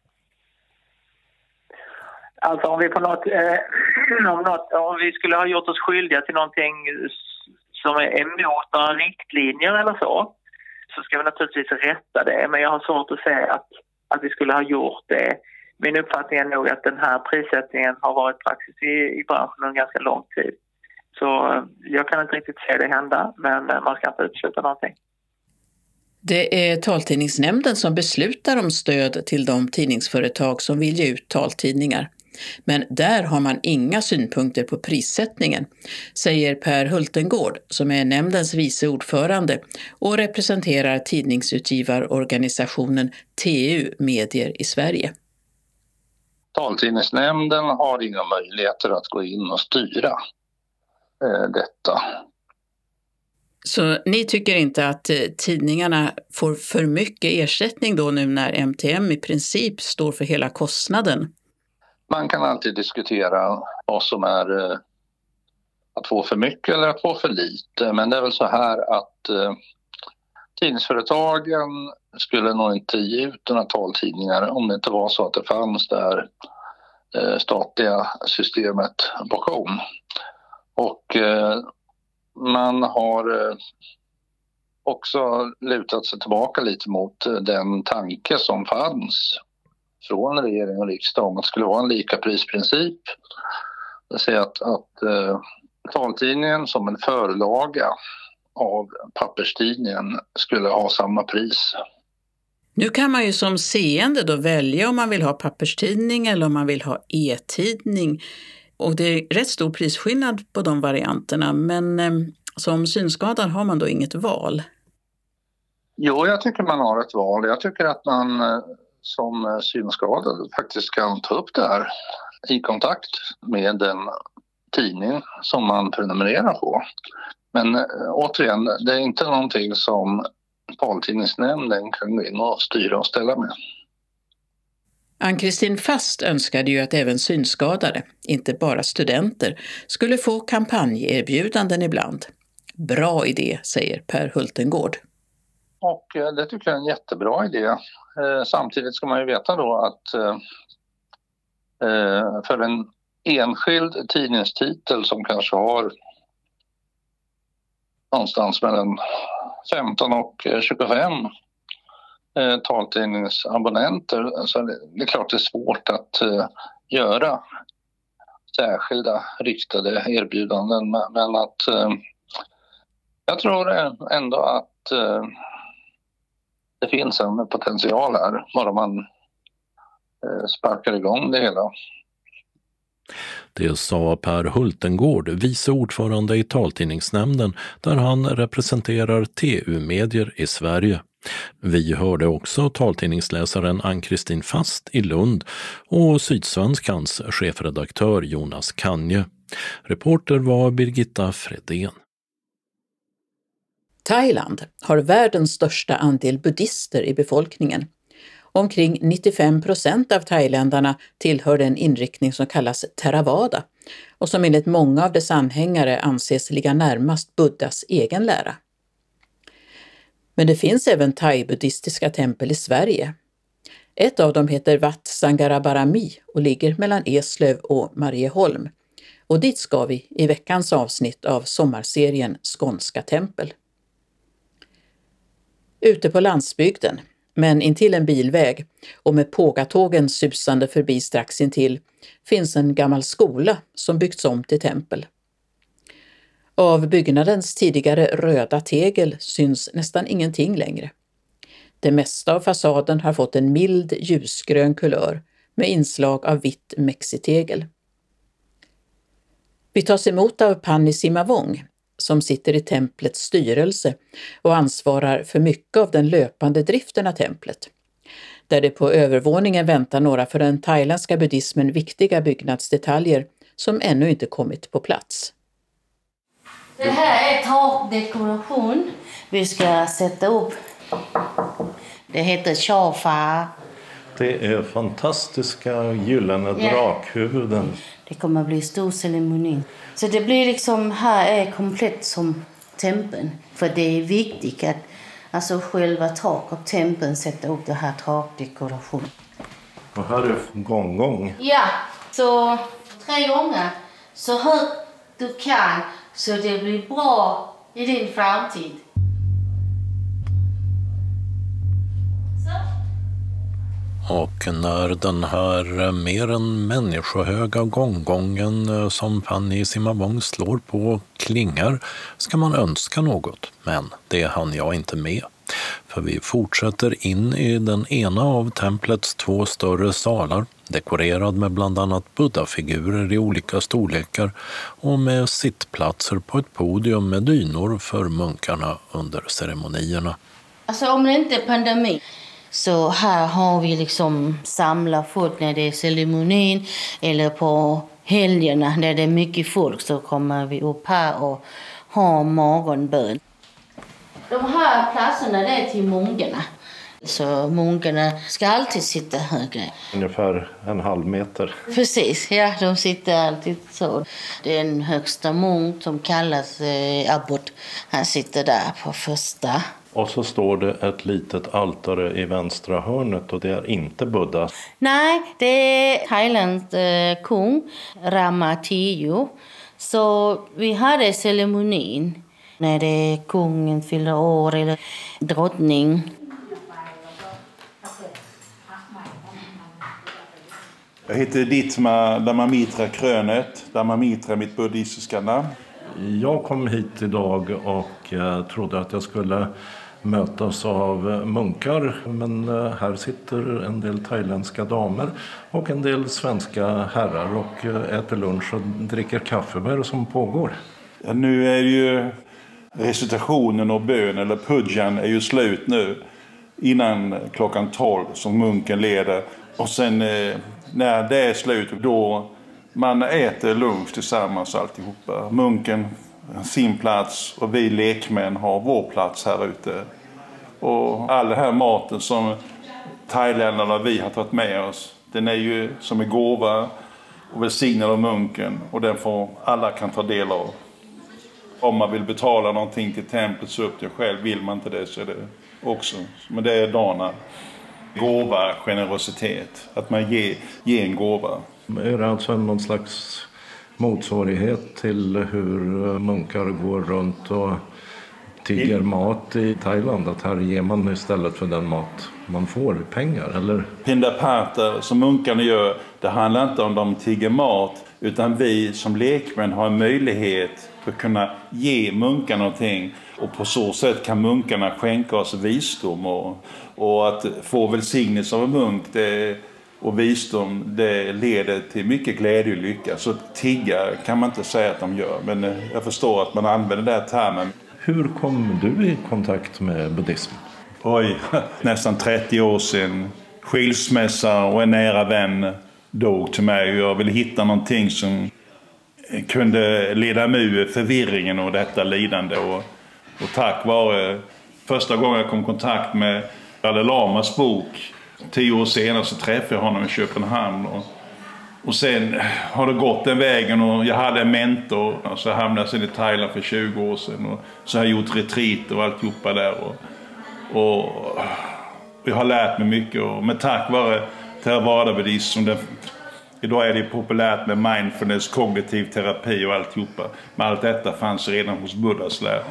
[SPEAKER 6] Alltså om vi på om vi skulle ha gjort oss skyldiga till någonting som är emot några riktlinjer eller så ska vi naturligtvis rätta det. Men jag har svårt att säga att vi skulle ha gjort det. Min uppfattning är nog att den här prissättningen har varit praxis i branschen en ganska lång tid. Så jag kan inte riktigt se det hända, men man ska inte utesluta någonting.
[SPEAKER 2] Det är taltidningsnämnden som beslutar om stöd till de tidningsföretag som vill ge ut taltidningar. Men där har man inga synpunkter på prissättningen, säger Per Hultengård som är nämndens vice ordförande och representerar tidningsutgivarorganisationen TU Medier i Sverige.
[SPEAKER 7] Taltidningsnämnden har inga möjligheter att gå in och styra detta.
[SPEAKER 2] Så ni tycker inte att tidningarna får för mycket ersättning då nu när MTM i princip står för hela kostnaden?
[SPEAKER 7] Man kan alltid diskutera vad som är att få för mycket eller att få för lite. Men det är väl så här att tidningsföretagen skulle nog inte ge ut några taltidningar om det inte var så att det fanns där statliga systemet bakom. Och man har också lutat sig tillbaka lite mot den tanke som fanns från regering och riksdag om att det skulle vara en lika prisprincip. Det säger att taltidningen som en förlaga av papperstidningen skulle ha samma pris.
[SPEAKER 2] Nu kan man ju som seende då välja om man vill ha papperstidning eller om man vill ha e-tidning. Och det är rätt stor prisskillnad på de varianterna, men som synskadad har man då inget val.
[SPEAKER 7] Jo, jag tycker man har ett val. Jag tycker att man som synskadad faktiskt kan ta upp det här i kontakt med den tidning som man prenumererar på. Men återigen, det är inte någonting som taltidningsnämnden kan gå in och styra och ställa med.
[SPEAKER 2] Ann-Kristin Fast önskade ju att även synskadade, inte bara studenter, skulle få kampanjerbjudanden ibland. Bra idé, säger Per Hultengård.
[SPEAKER 7] Och det tycker jag är en jättebra idé. Samtidigt ska man ju veta då att för en enskild tidningstitel som kanske har någonstans mellan 15 och 25 taltidningsabonnenter, så det är klart det är svårt att göra särskilda riktade erbjudanden, men att jag tror ändå att det finns en potential här, bara man sparkar igång det hela.
[SPEAKER 1] Det sa Per Hultengård, vice ordförande i taltidningsnämnden, där han representerar TU-medier i Sverige. Vi hörde också taltidningsläsaren Ann-Kristin Fast i Lund och Sydsvenskans chefredaktör Jonas Kanje. Reporter var Birgitta Fredén.
[SPEAKER 2] Thailand har världens största andel buddhister i befolkningen. Omkring 95% av thailändarna tillhör den inriktning som kallas Theravada och som enligt många av dess anhängare anses ligga närmast Buddhas egen lära. Men det finns även thai-buddhistiska tempel i Sverige. Ett av dem heter Wat Sangarabarami och ligger mellan Eslöv och Marieholm. Och dit ska vi i veckans avsnitt av sommarserien Skånska tempel. Ute på landsbygden, men intill en bilväg och med pågatågen susande förbi strax intill, finns en gammal skola som byggts om till tempel. Av byggnadens tidigare röda tegel syns nästan ingenting längre. Det mesta av fasaden har fått en mild ljusgrön kulör med inslag av vitt mexitegel. Vi tas emot av Panni Simavong, som sitter i templets styrelse och ansvarar för mycket av den löpande driften av templet. Där det på övervåningen väntar några för den thailändska buddhismen viktiga byggnadsdetaljer som ännu inte kommit på plats.
[SPEAKER 8] Det här är takdekoration vi ska sätta upp. Det heter chafa.
[SPEAKER 1] Det är fantastiska gyllene drakhuvuden.
[SPEAKER 8] Det kommer att bli stor ceremoni. Så det blir liksom, här är komplett som tempeln. För det är viktigt att alltså själva tak av tempeln sätta upp det här takdekoration.
[SPEAKER 1] Och här är gång.
[SPEAKER 8] Ja, så 3 gånger så högt du kan så det blir bra i din framtid.
[SPEAKER 1] Och när den här mer än människohöga gånggången som Panni Simavong slår på klingar ska man önska något, men det hann jag inte med. För vi fortsätter in i den ena av templets 2 större salar, dekorerad med bland annat buddha-figurer i olika storlekar och med sittplatser på ett podium med dynor för munkarna under ceremonierna.
[SPEAKER 8] Alltså om det inte är pandemi, så här har vi liksom samlat folk när det är ceremonin eller på helgerna när det är mycket folk, så kommer vi upp här och har morgonbön. De här platserna det är till munkarna. Så munkarna ska alltid sitta högre.
[SPEAKER 1] Ungefär 1,5 meter.
[SPEAKER 8] Precis, ja, de sitter alltid så. Det är en högsta munk som kallas abbot. Han sitter där på första.
[SPEAKER 1] Och så står det ett litet altare i vänstra hörnet och det är inte Buddha.
[SPEAKER 8] Nej, det är Thailands kung Rama 10. Så vi hade ceremonin när det är kungen fyller år eller drottning.
[SPEAKER 9] Jag heter Ditma Dhamamitra Krönet. Dhamamitra är mitt buddhistiska namn.
[SPEAKER 1] Jag kom hit idag och trodde att jag skulle mötas av munkar, men här sitter en del thailändska damer och en del svenska herrar och äter lunch och dricker kaffe. Vad är det som pågår?
[SPEAKER 9] Ja, nu är ju recitationen och bön eller pujan är ju slut nu innan klockan 12 som munken leder, och sen när det är slut då man äter lunch tillsammans alltihopa. Munken har sin plats och vi lekmän har vår plats här ute. Och all den här maten som thailändarna vi har tagit med oss Den är ju som en gåva och välsignad av munken och den får alla kan ta del av. Om man vill betala någonting till templet så upp till själv, vill man inte det så är det också. Men det är dana. Gåva, generositet. Att man ger en gåva.
[SPEAKER 1] Är det alltså någon slags motsvarighet till hur munkar går runt och tigger mat i Thailand? Att här ger man istället för den mat man får pengar, eller?
[SPEAKER 9] Pindapata som munkarna gör, det handlar inte om de tigger mat, utan vi som lekmän har en möjlighet att kunna ge munkarna någonting. Och på så sätt kan munkarna skänka oss visdom och att få välsignelse av en munk och visdom, det leder till mycket glädje och lycka. Så tigga kan man inte säga att de gör, men jag förstår att man använder den där termen.
[SPEAKER 1] Hur kom du i kontakt med buddhism?
[SPEAKER 9] Nästan 30 år sedan. Skilsmässa och en nära vän dog till mig. Jag ville hitta någonting som kunde leda mig ur förvirringen och detta lidande. Och tack vare första gången jag kom i kontakt med Dalai Lamas bok, 10 år senare så träffade jag honom i Köpenhamn. Och sen har det gått den vägen och jag hade en mentor. Och så hamnade jag sen i Thailand för 20 år sedan. Och så har jag gjort retreat och alltihopa där. Och jag har lärt mig mycket. Men tack vare Theravada-buddhism, idag är det populärt med mindfulness, kognitiv terapi och alltihopa. Men allt detta fanns redan hos Buddhas lära.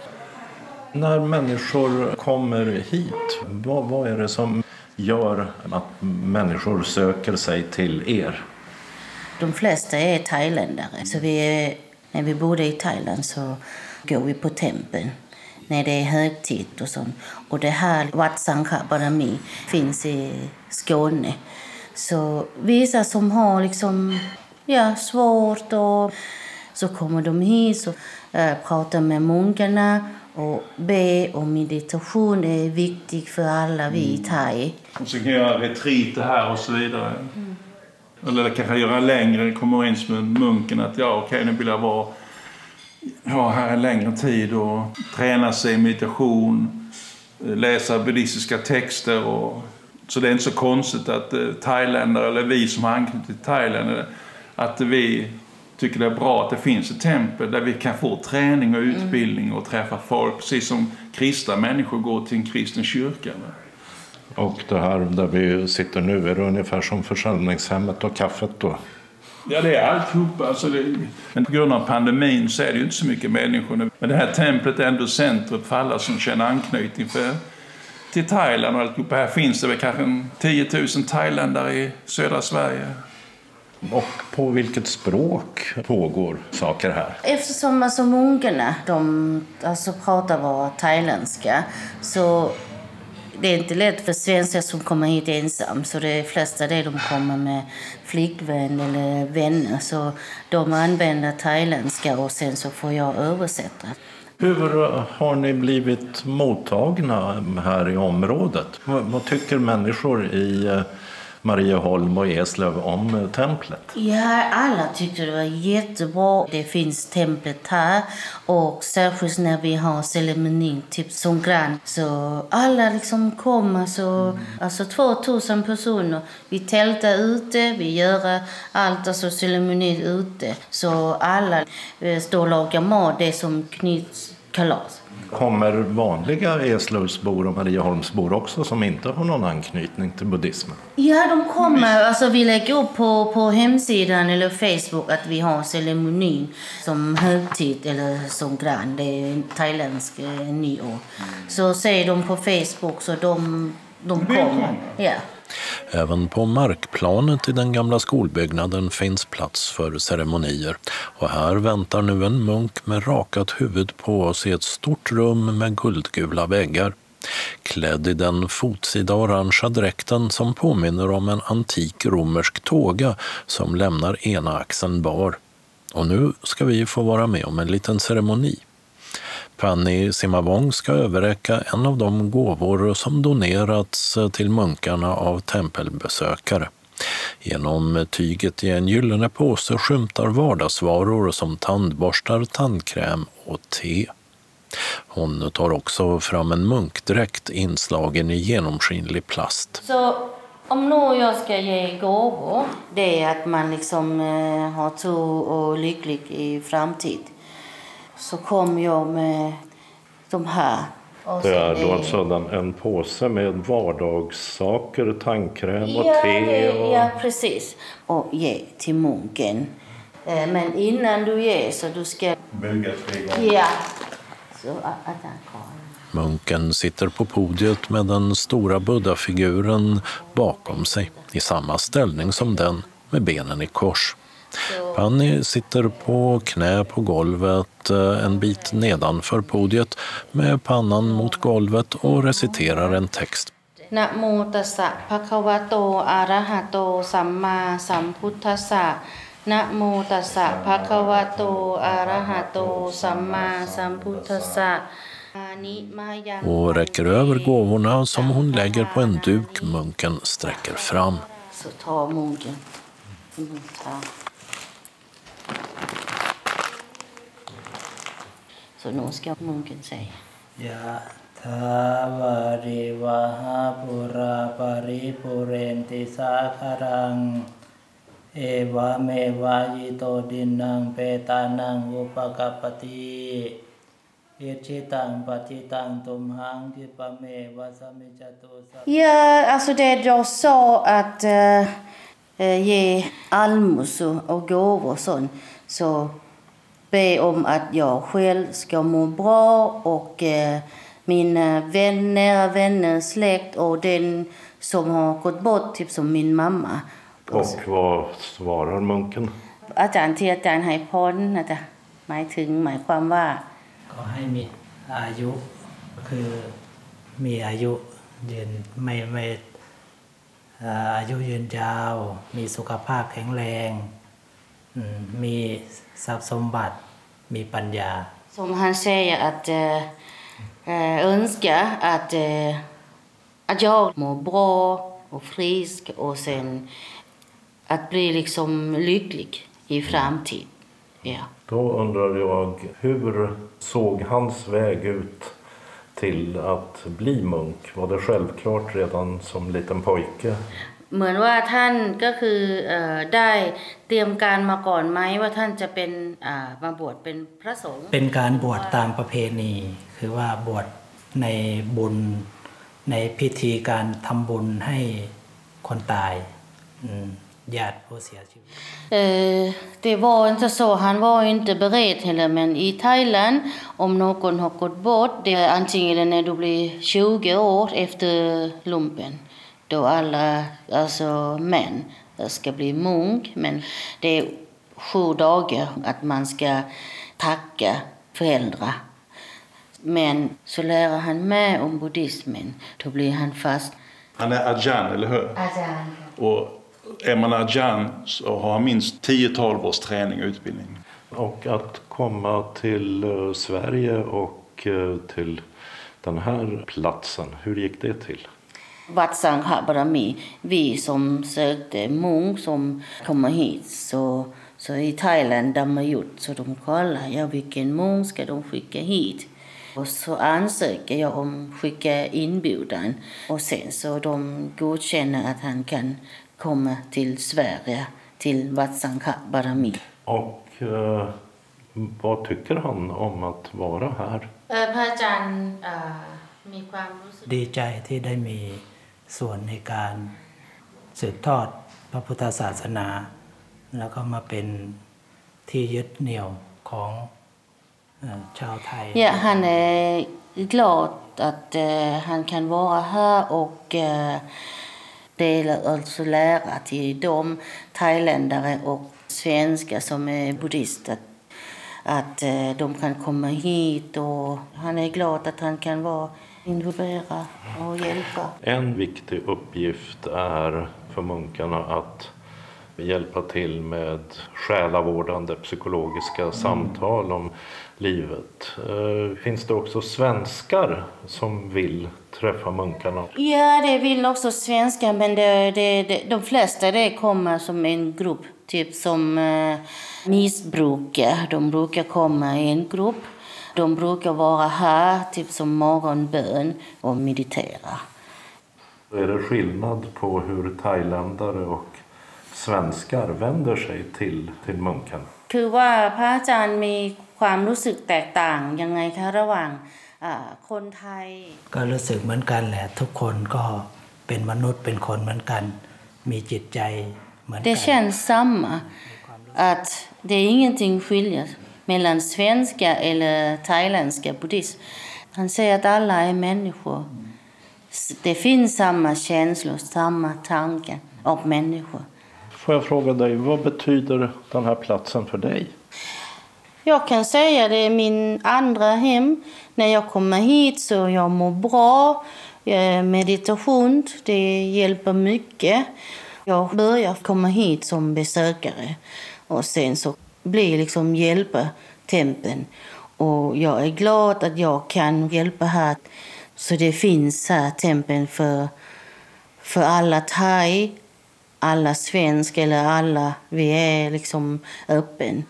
[SPEAKER 1] När människor kommer hit, vad är det som gör att människor söker sig till er?
[SPEAKER 8] De flesta är thailändare. Så när vi bodde i Thailand så går vi på tempeln när det är högtid och sånt. Och det här Wat Sankha Parami finns i Skåne. Så vissa som har liksom, svårt och så kommer de hit och pratar med munkarna. Och be och meditation är viktigt för alla vi i Thai.
[SPEAKER 9] Och så kan jag göra retreat här och så vidare. Eller kanske göra längre, komma överens med munken att nu vill jag vara här en längre tid och träna sig i meditation, läsa buddhistiska texter. Så det är inte så konstigt att thailändare eller vi som har anknutit till Thailand, att vi tycker det är bra att det finns ett tempel där vi kan få träning och utbildning och träffa folk, precis som kristna människor går till en kristen kyrka.
[SPEAKER 1] Och det här där vi sitter nu, är det ungefär som försäljningshemmet och kaffet då?
[SPEAKER 9] Ja, det är alltihopa. Alltså men på grund av pandemin så är det ju inte så mycket människor. Men det här templet är ändå centrum för alla som känner anknytning till Thailand och alltihopa. Här finns det väl kanske 10 000 thailändare i södra Sverige.
[SPEAKER 1] Och på vilket språk pågår saker här?
[SPEAKER 8] Eftersom munkarna de pratar bara thailändska, så det är inte lätt för svenskar som kommer hit ensam. Så de flesta de kommer med flickvän eller vänner. Så de använder thailändska och sen så får jag översätta.
[SPEAKER 1] Hur har ni blivit mottagna här i området? Vad tycker människor i Marieholm och Eslöv om templet?
[SPEAKER 8] Ja, alla tyckte det var jättebra. Det finns templet här och särskilt när vi har ceremonin typ som grann. Så alla liksom kommer, så 2000 personer. Vi tältar ute, vi gör allt, ceremonin ute. Så alla står och lagar mat, det som knyts kalas.
[SPEAKER 1] Kommer vanliga Eslövsbor och Marieholmsbor också som inte har någon anknytning till buddhismen?
[SPEAKER 8] Ja, de kommer. Vi lägger upp på hemsidan eller Facebook att vi har ceremonin som högtid eller som grann. Det är thailändsk nyår. Så säger de på Facebook så de kommer. Ja.
[SPEAKER 1] Även på markplanet i den gamla skolbyggnaden finns plats för ceremonier. Och här väntar nu en munk med rakat huvud på oss i ett stort rum med guldgula väggar. Klädd i den fotsida orangea dräkten som påminner om en antik romersk tåga som lämnar ena axeln bar. Och nu ska vi få vara med om en liten ceremoni. Panni Simavong ska överräcka en av de gåvor som donerats till munkarna av tempelbesökare. Genom tyget i en gyllene påse skymtar vardagsvaror som tandborstar, tandkräm och te. Hon tar också fram en munkdräkt inslagen i genomskinlig plast.
[SPEAKER 8] Så Om nu jag ska ge gåvor, det är att man liksom har tur och lycklig i framtid. Så kommer jag med de här.
[SPEAKER 1] Det är då alltså en påse med vardagssaker, tandkräm och te.
[SPEAKER 8] Ja, precis. Och ge till munken. Men innan du ger så du ska...
[SPEAKER 9] Buga 3 gånger.
[SPEAKER 8] Ja. Så att han kan.
[SPEAKER 1] Munken sitter på podiet med den stora buddha-figuren bakom sig i samma ställning som den med benen i kors. Panni sitter på knä på golvet en bit nedanför podiet med pannan mot golvet och reciterar en text.
[SPEAKER 8] Namo tassa bhagavato arahato samma sambuddhassa. Namo tassa bhagavato arahato samma sambuddhassa. Och räcker över gåvorna som hon lägger på en duk munken sträcker fram. Så tar munken. Så nu ska munken säga.
[SPEAKER 10] Ja, tavarivaha pura paripurenti sakarang eva mevajito dinang petanang upakapati irchitang patitang tumhang tipame vasamichatosa.
[SPEAKER 8] Ja, alltså det jag sa att ge almosor och gåvor och sånt, så be om att jag själv ska må bra och mina vänner, släkt och den som har gått bort, typ som min mamma.
[SPEAKER 1] Och vad svarar munken?
[SPEAKER 8] อาจารย์ที่อาจารย์ให้พรนะจ๊ะหมายความว่า
[SPEAKER 10] ก็ให้มีอายุคือมีอายุยืนไม่อายุยืนยาวมีสุขภาพแข็งแรงมีทรัพย์สมบัติมีปัญญา
[SPEAKER 8] Som han säger att önska att jag mår bra och frisk och sen att bli liksom lycklig i framtid. Ja.
[SPEAKER 1] Då undrar jag, hur såg hans väg ut till att bli munk? Var det självklart redan som liten pojke?
[SPEAKER 8] เหมือนว่าท่านก็คือได้เตรียมการมาก่อนไหมว่าท่านจะเป็นมาบวชเป็นพระสงฆ์เป็นการบวชตามประเพณีคือว่าบวชในบุญในพิธีการทำบุญให้คนตายญาติผู้เสียชีวิต Det var inte så, han var inte beredd heller, men i Thailand om någon har gått bort, det är antingen när du blir 20 år efter lumpen. Då alla alltså män ska bli munk, men det är 7 dagar att man ska tacka föräldrar. Men så lär han med om buddhismen, då blir han fast.
[SPEAKER 9] Han är Ajahn, eller hur?
[SPEAKER 8] Ajahn.
[SPEAKER 9] Och är man Ajahn så har han minst 10-12 års träning och utbildning.
[SPEAKER 1] Och att komma till Sverige och till den här platsen, hur gick det till?
[SPEAKER 8] Wat Sangha Barami, vi som sökte munk som kommer hit, så i Thailand de har gjort så de kollar vilken munk ska de skicka hit. Och så ansöker jag om skicka inbjudan och sen så de godkänner att han kan komma till Sverige, till Wat Sangha Barami.
[SPEAKER 1] Och vad tycker han om att vara här?
[SPEAKER 8] พระอาจารย์มีความรู้สึก
[SPEAKER 10] ดีใจที่ได้มีส่วนในการสืบทอดพระพุทธศาสนาแล้วก็มาเป็นที่ยึดเหนี่ยวของชาวไทย
[SPEAKER 8] Ja, han är glad att han kan vara här och dela, alltså lära till de thailändare och svenskar som är buddhister att de kan komma hit, och han är glad att han kan vara involverad och hjälpa.
[SPEAKER 1] En viktig uppgift är för munkarna att hjälpa till med själavårdande psykologiska samtal om livet. Finns det också svenskar som vill träffa munkarna?
[SPEAKER 8] Ja, det vill också svenskar, men de flesta det kommer som en grupp, typ som missbrukare. De brukar komma i en grupp. De brukar vara här typ som morgonbön och meditera.
[SPEAKER 1] Är det skillnad på hur thailändare och svenskar vänder sig till munken?
[SPEAKER 8] คือว่าพระอาจารย์มีความรู้สึกแตกต่างยังไงคะระหว่างคนไทย
[SPEAKER 10] ก็รู้สึกเหมือนกันแหละทุกคนก็เป็นมนุษย์เป็นคนเหมือนกันมีจิตใจเหมือนกัน
[SPEAKER 8] Det känns samma att det är ingenting skiljer mellan svenska eller thailändska buddhism. Han säger att alla är människor. Det finns samma känslor, samma tankar om människor.
[SPEAKER 1] Får jag fråga dig, vad betyder den här platsen för dig?
[SPEAKER 8] Jag kan säga det är min andra hem. När jag kommer hit så jag mår bra. Meditation, det hjälper mycket. Jag börjar komma hit som besökare. Och sen så blir liksom hjälpa tempeln. Och jag är glad att jag kan hjälpa här. Så det finns här tempeln för alla thai, alla svensk eller alla. Vi är liksom öppen.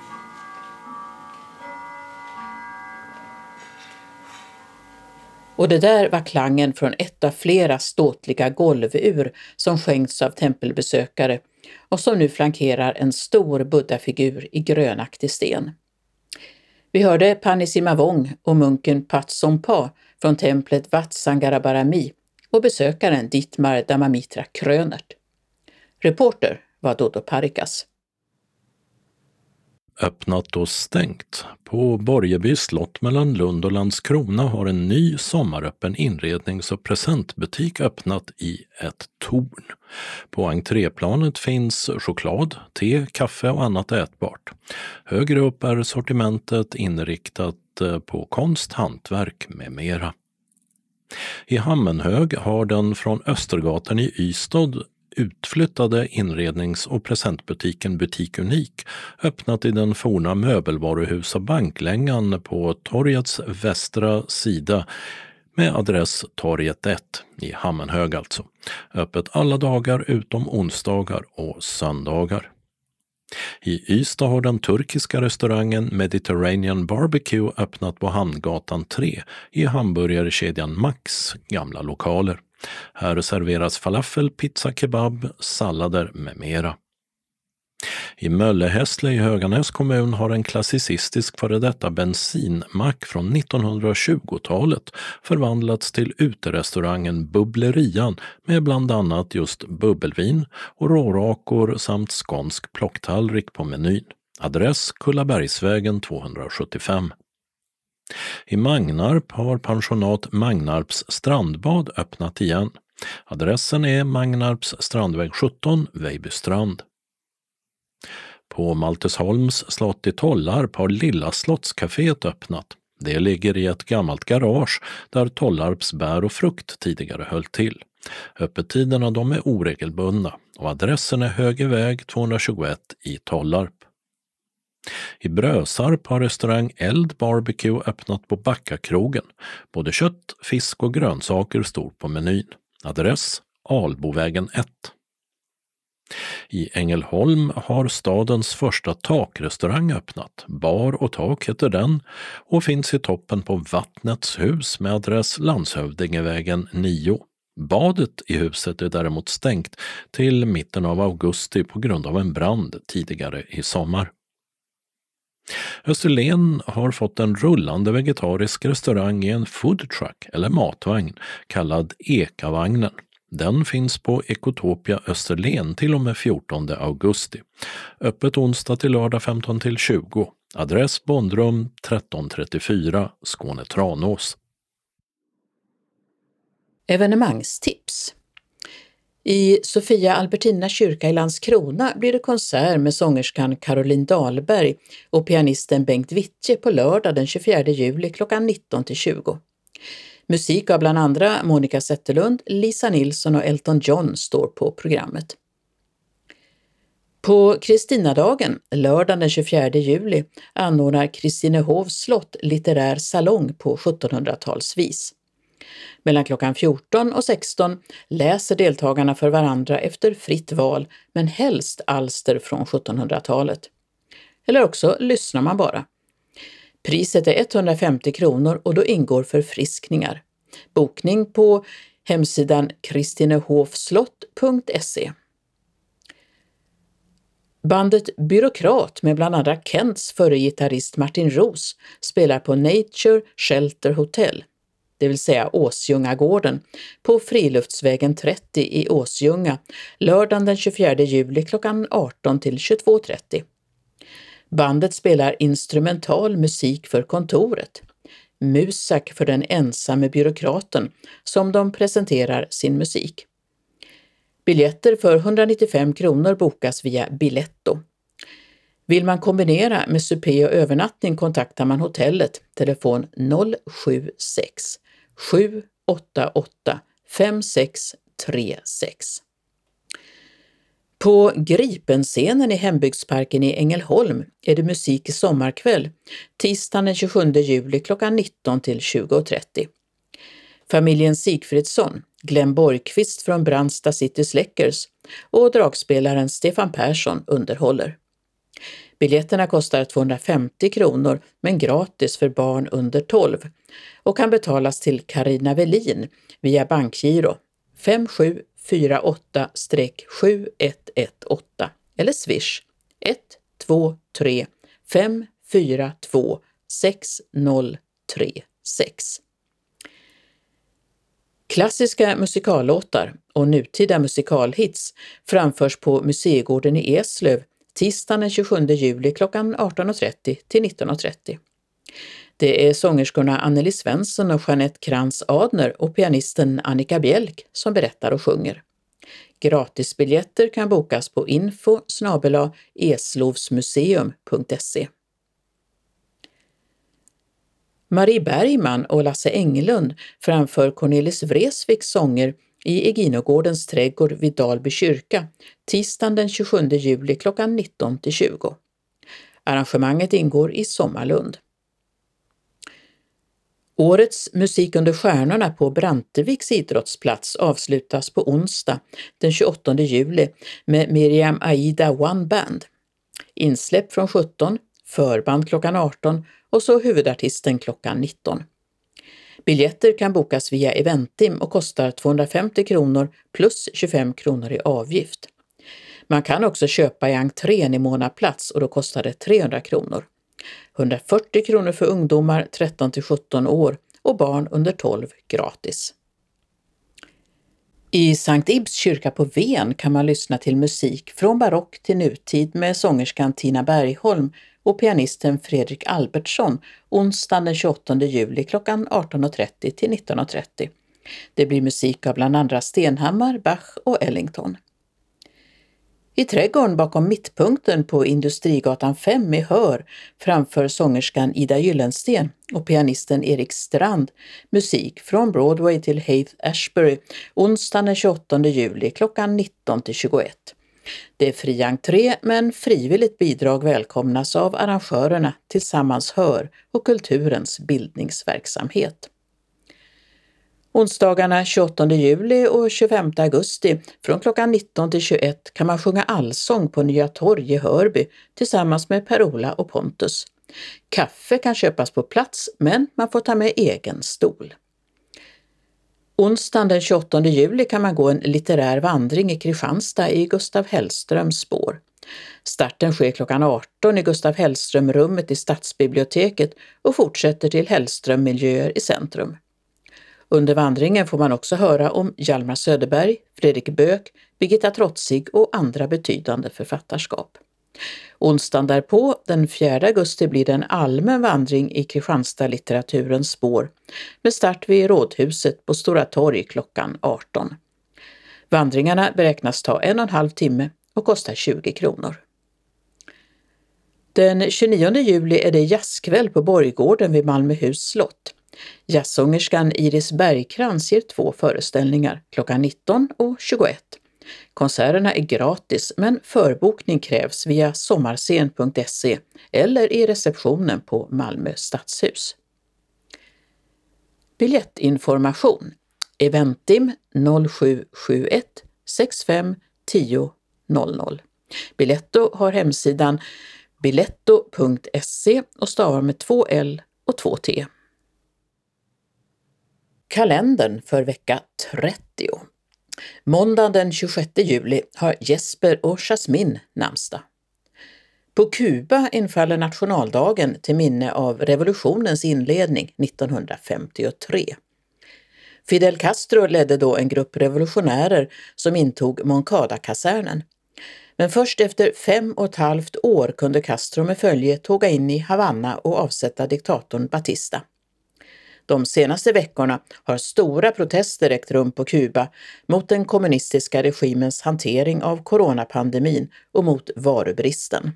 [SPEAKER 2] Och det där var klangen från ett av flera ståtliga golvur som skänkts av tempelbesökare och som nu flankerar en stor buddhafigur i grönaktig sten. Vi hörde Panissimavong och munken Patsompa från templet Vatsangarabharami och besökaren Dietmar Damamitra Krönert. Reporter var Dodo Parikas.
[SPEAKER 1] Öppnat och stängt. På Borgeby slott mellan Lund och Landskrona har en ny sommaröppen inrednings- och presentbutik öppnat i ett torn. På entréplanet finns choklad, te, kaffe och annat ätbart. Högre upp är sortimentet inriktat på konst, hantverk med mera. I Hammenhög har den från Östergatan i Ystad utflyttade inrednings- och presentbutiken Butik Unik öppnat i den forna möbelvaruhus och banklängan på torgets västra sida med adress Torget 1 i Hammenhög alltså. Öppet alla dagar utom onsdagar och söndagar. I Ystad har den turkiska restaurangen Mediterranean Barbecue öppnat på Hamngatan 3 i hamburgerkedjan Max gamla lokaler. Här serveras falafel, pizza, kebab, sallader med mera. I Möllehässle i Höganäs kommun har en klassicistisk före detta bensinmack från 1920-talet förvandlats till uterestaurangen Bubblerian med bland annat just bubbelvin och rårakor samt skånsk plocktallrik på menyn. Adress Kullabergsvägen 275. I Magnarp har pensionat Magnarps strandbad öppnat igen. Adressen är Magnarps strandväg 17, Vejbystrand. På Maltesholms slott i Tollarp har Lilla slottscaféet öppnat. Det ligger i ett gammalt garage där Tollarps bär och frukt tidigare höll till. Öppettiderna de är oregelbundna och adressen är Högerväg 221 i Tollarp. I Brösarp har restaurang Eld Barbecue öppnat på Backakrogen. Både kött, fisk och grönsaker står på menyn. Adress Albovägen 1. I Ängelholm har stadens första takrestaurang öppnat. Bar och tak heter den och finns i toppen på Vattnets hus med adress Landshövdingevägen 9. Badet i huset är däremot stängt till mitten av augusti på grund av en brand tidigare i sommar. Österlen har fått en rullande vegetarisk restaurang i en foodtruck eller matvagn kallad Ekavagnen. Den finns på Ekotopia Österlen till och med 14 augusti. Öppet onsdag till lördag 15 till 20. Adress Bondrum 1334 Skåne Tranås.
[SPEAKER 2] Evenemangstips. I Sofia Albertina kyrka i Landskrona blir det konsert med sångerskan Caroline Dahlberg och pianisten Bengt Wittje på lördag den 24 juli klockan 19-20. Musik av bland andra Monica Zetterlund, Lisa Nilsson och Elton John står på programmet. På Kristinadagen, lördagen den 24 juli, anordnar Kristinehovs slott litterär salong på 1700-talsvis. Mellan klockan 14 och 16 läser deltagarna för varandra efter fritt val, men helst alster från 1700-talet. Eller också lyssnar man bara. Priset är 150 kronor och då ingår förfriskningar. Bokning på hemsidan kristinehofslott.se. Bandet Byråkrat med bland andra Kents förre gitarrist Martin Roos spelar på Nature Shelter Hotel, det vill säga Åsljungagården, på Friluftsvägen 30 i Åsljunga, lördagen den 24 juli klockan 18 till 22.30. Bandet spelar instrumental musik för kontoret, Musak för den ensamme byråkraten, som de presenterar sin musik. Biljetter för 195 kronor bokas via Biletto. Vill man kombinera med supé och övernattning kontaktar man hotellet, telefon 076 788 5636. På Gripenscenen i Hembygdsparken i Ängelholm är det musik i sommarkväll, tisdagen den 27 juli klockan 19 till 20.30. Familjen Sigfridsson, Glenn Borgqvist från Brandsta City Släckers och dragspelaren Stefan Persson underhåller. Biljetterna kostar 250 kronor men gratis för barn under 12 och kan betalas till Carina Velin via bankgiro 5748-7118 eller Swish 123 542 6036. Klassiska musikallåtar och nutida musikalhits framförs på Museigården i Eslöv tisdagen den 27 juli klockan 18.30 till 19.30. Det är sångerskorna Anneli Svensson och Jeanette Krantz Adner och pianisten Annika Bjälk som berättar och sjunger. Gratisbiljetter kan bokas på info@eslovsmuseum.se. Marie Bergman och Lasse Englund framför Cornelis Vreeswijks sånger i Eginogårdens trädgård vid Dalby kyrka tisdagen den 27 juli klockan 19 till 20. Arrangemanget ingår i Sommarlund. Årets Musik under stjärnorna på Branteviks idrottsplats avslutas på onsdag den 28 juli med Miriam Aida One Band. Insläpp från 17, förband klockan 18 och så huvudartisten klockan 19. Biljetter kan bokas via Eventim och kostar 250 kronor plus 25 kronor i avgift. Man kan också köpa i entrén i månadsplats och då kostar det 300 kronor. 140 kronor för ungdomar 13-17 år och barn under 12 gratis. I Sankt Ibs kyrka på Ven kan man lyssna till musik från barock till nutid med sångerskan Tina Bergholm och pianisten Fredrik Albertsson onsdagen den 28 juli klockan 18.30 till 19.30. Det blir musik av bland andra Stenhammar, Bach och Ellington. I trädgården bakom mittpunkten på Industrigatan 5 i Hör framför sångerskan Ida Gyllensten och pianisten Erik Strand musik från Broadway till Haight Ashbury onsdagen den 28 juli klockan 19 till 21. Det är fri entré men frivilligt bidrag välkomnas av arrangörerna Tillsammans Hör och Kulturens bildningsverksamhet. Onsdagarna 28 juli och 25 augusti från klockan 19 till 21 kan man sjunga allsång på Nya Torg i Hörby tillsammans med Per-Ola och Pontus. Kaffe kan köpas på plats men man får ta med egen stol. Onsdagen den 28 juli kan man gå en litterär vandring i Kristianstad i Gustav Hellströms spår. Starten sker klockan 18 i Gustav Hellström-rummet i Stadsbiblioteket och fortsätter till Hellström-miljöer i centrum. Under vandringen får man också höra om Hjalmar Söderberg, Fredrik Böök, Birgitta Trotzig och andra betydande författarskap. Onsdagen därpå, den 4 augusti, blir det en allmän vandring i Kristianstad-litteraturens spår med start vid Rådhuset på Stora torg klockan 18. Vandringarna beräknas ta 1,5 timme och kostar 20 kronor. Den 29 juli är det jazzkväll på Borggården vid Malmöhus slott. Jazzsångerskan Iris Bergkrans ger 2 föreställningar klockan 19 och 21. Konserterna är gratis men förbokning krävs via sommarscen.se eller i receptionen på Malmö stadshus. Biljettinformation Eventim 0771 65 10 00. Biletto har hemsidan biletto.se och stavar med 2 L och 2 T. Kalendern för vecka 30. Måndagen den 26 juli har Jesper och Jasmin namnsdag. På Kuba infaller nationaldagen till minne av revolutionens inledning 1953. Fidel Castro ledde då en grupp revolutionärer som intog Moncada-kasernen. Men först efter 5,5 år kunde Castro med följe tåga in i Havanna och avsätta diktatorn Batista. De senaste veckorna har stora protester ägt rum på Kuba mot den kommunistiska regimens hantering av coronapandemin och mot varubristen.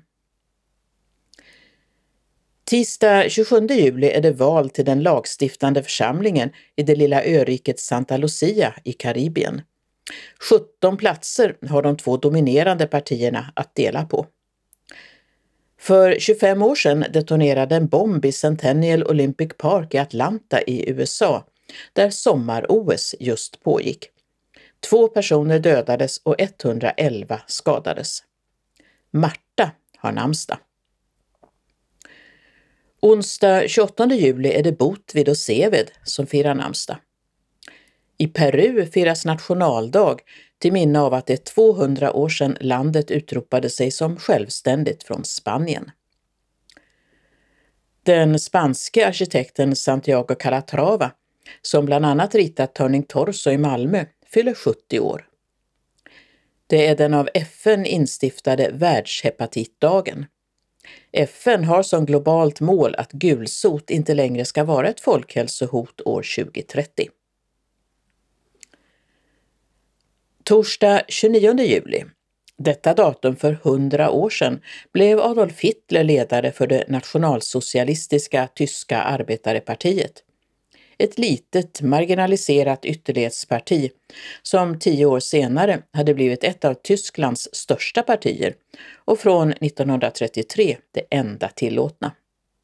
[SPEAKER 2] Tisdag 27 juli är det val till den lagstiftande församlingen i det lilla öriket Santa Lucia i Karibien. 17 platser har de 2 dominerande partierna att dela på. För 25 år sedan detonerade en bomb i Centennial Olympic Park i Atlanta i USA, där sommar-OS just pågick. 2 personer dödades och 111 skadades. Marta har namnsdag. Onsdag 28 juli är det Botvid och Seved som firar namnsdag. I Peru firas nationaldag till minne av att det är 200 år sedan landet utropade sig som självständigt från Spanien. Den spanske arkitekten Santiago Calatrava, som bland annat ritat Turning Torso i Malmö, fyller 70 år. Det är den av FN instiftade världshepatitdagen. FN har som globalt mål att gulsot inte längre ska vara ett folkhälsohot år 2030. Torsdag 29 juli. Detta datum för 100 år sedan blev Adolf Hitler ledare för det nationalsocialistiska tyska arbetarepartiet. Ett litet marginaliserat ytterlighetsparti som 10 år senare hade blivit ett av Tysklands största partier och från 1933 det enda tillåtna.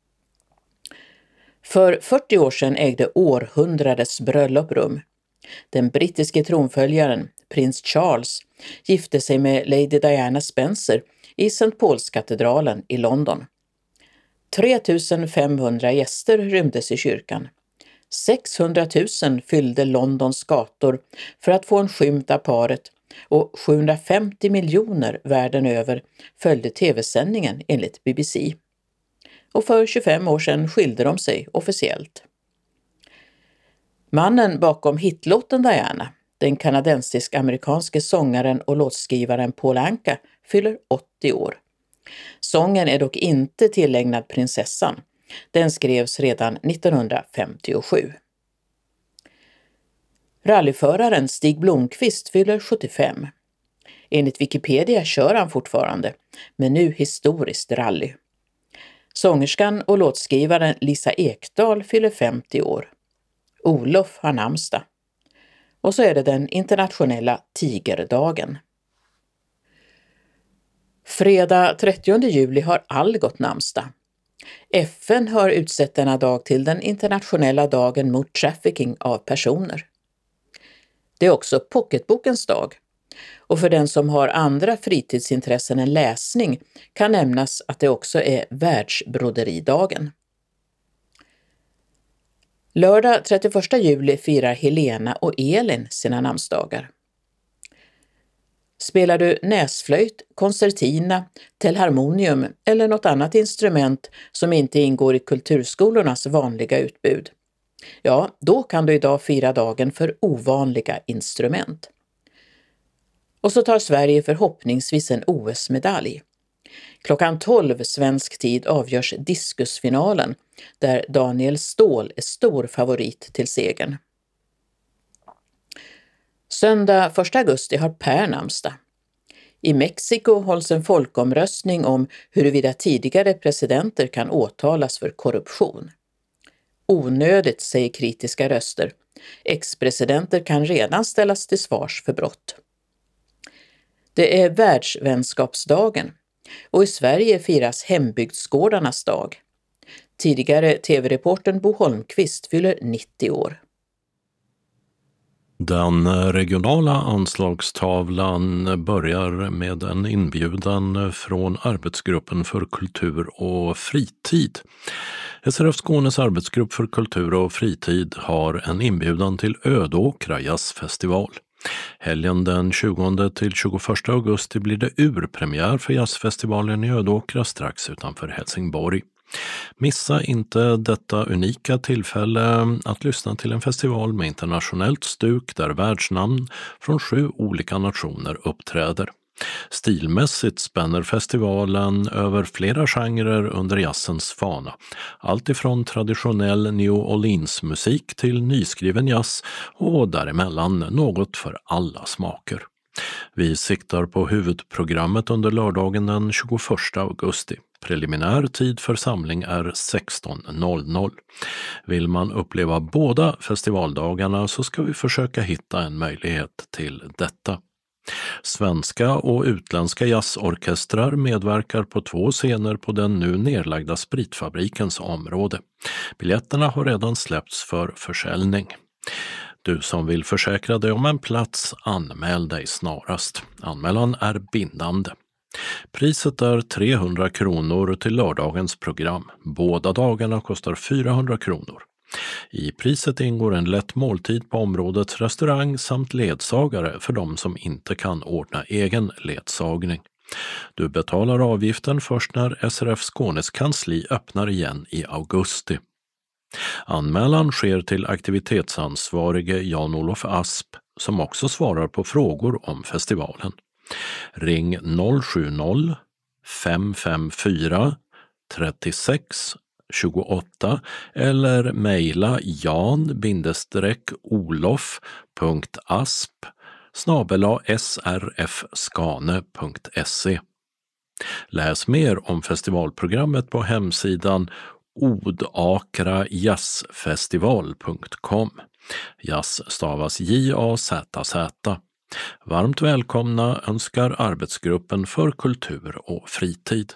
[SPEAKER 2] För 40 år sedan ägde århundradets bröllop rum. Den brittiske tronföljaren, prins Charles, gifte sig med Lady Diana Spencer i St. Paulskatedralen i London. 3500 gäster rymdes i kyrkan. 600 000 fyllde Londons gator för att få en skymt av paret och 750 miljoner världen över följde tv-sändningen enligt BBC. Och för 25 år sedan skilde de sig officiellt. Mannen bakom hitlåten Diana, den kanadensisk-amerikanske sångaren och låtskrivaren Paul Anka, fyller 80 år. Sången är dock inte tillägnad prinsessan. Den skrevs redan 1957. Rallyföraren Stig Blomqvist fyller 75. Enligt Wikipedia kör han fortfarande, men nu historiskt rally. Sångerskan och låtskrivaren Lisa Ekdahl fyller 50 år. Olof har namnsdag. Och så är det den internationella tigerdagen. Fredag 30 juli har Algot namnsdag. FN har utsett denna dag till den internationella dagen mot trafficking av personer. Det är också pocketbokens dag. Och för den som har andra fritidsintressen än läsning kan nämnas att det också är världsbroderidagen. Lördag 31 juli firar Helena och Elin sina namnsdagar. Spelar du näsflöjt, koncertina, telharmonium eller något annat instrument som inte ingår i kulturskolornas vanliga utbud? Ja, då kan du idag fira dagen för ovanliga instrument. Och så tar Sverige förhoppningsvis en OS-medalj. Klockan 12 svensk tid avgörs diskusfinalen där Daniel Ståhl är stor favorit till segern. Söndag 1 augusti har Per namnsdag. I Mexiko hålls en folkomröstning om huruvida tidigare presidenter kan åtalas för korruption. Onödigt, säger kritiska röster. Ex-presidenter kan redan ställas till svars för brott. Det är världsvänskapsdagen och i Sverige firas hembygdsgårdarnas dag. Tidigare tv-reportern Bo Holmqvist fyller 90 år.
[SPEAKER 1] Den regionala anslagstavlan börjar med en inbjudan från Arbetsgruppen för kultur och fritid. SRF Skånes arbetsgrupp för kultur och fritid har en inbjudan till Ödåkra jazzfestival. Helgen den 20 till 21 augusti blir det urpremiär för jazzfestivalen i Ödåkra strax utanför Helsingborg. Missa inte detta unika tillfälle att lyssna till en festival med internationellt stuk där världsnamn från 7 olika nationer uppträder. Stilmässigt spänner festivalen över flera genrer under jazzens fana. Allt ifrån traditionell New Orleans-musik till nyskriven jazz och däremellan något för alla smaker. Vi siktar på huvudprogrammet under lördagen den 21 augusti. Preliminär tid för samling är 16.00. Vill man uppleva båda festivaldagarna så ska vi försöka hitta en möjlighet till detta. Svenska och utländska jazzorkestrar medverkar på 2 scener på den nu nedlagda spritfabrikens område. Biljetterna har redan släppts för försäljning. Du som vill försäkra dig om en plats, anmäl dig snarast. Anmälan är bindande. Priset är 300 kronor till lördagens program. Båda dagarna kostar 400 kronor. I priset ingår en lätt måltid på områdets restaurang samt ledsagare för de som inte kan ordna egen ledsagning. Du betalar avgiften först när SRF Skånes kansli öppnar igen i augusti. Anmälan sker till aktivitetsansvarige Jan-Olof Asp som också svarar på frågor om festivalen. Ring 070 554 36 28 eller mejla jan.asp@srfskane.se. Läs mer om festivalprogrammet på hemsidan odakrajazzfestival.com. Jazz stavas JAZZ. Varmt välkomna önskar arbetsgruppen för kultur och fritid.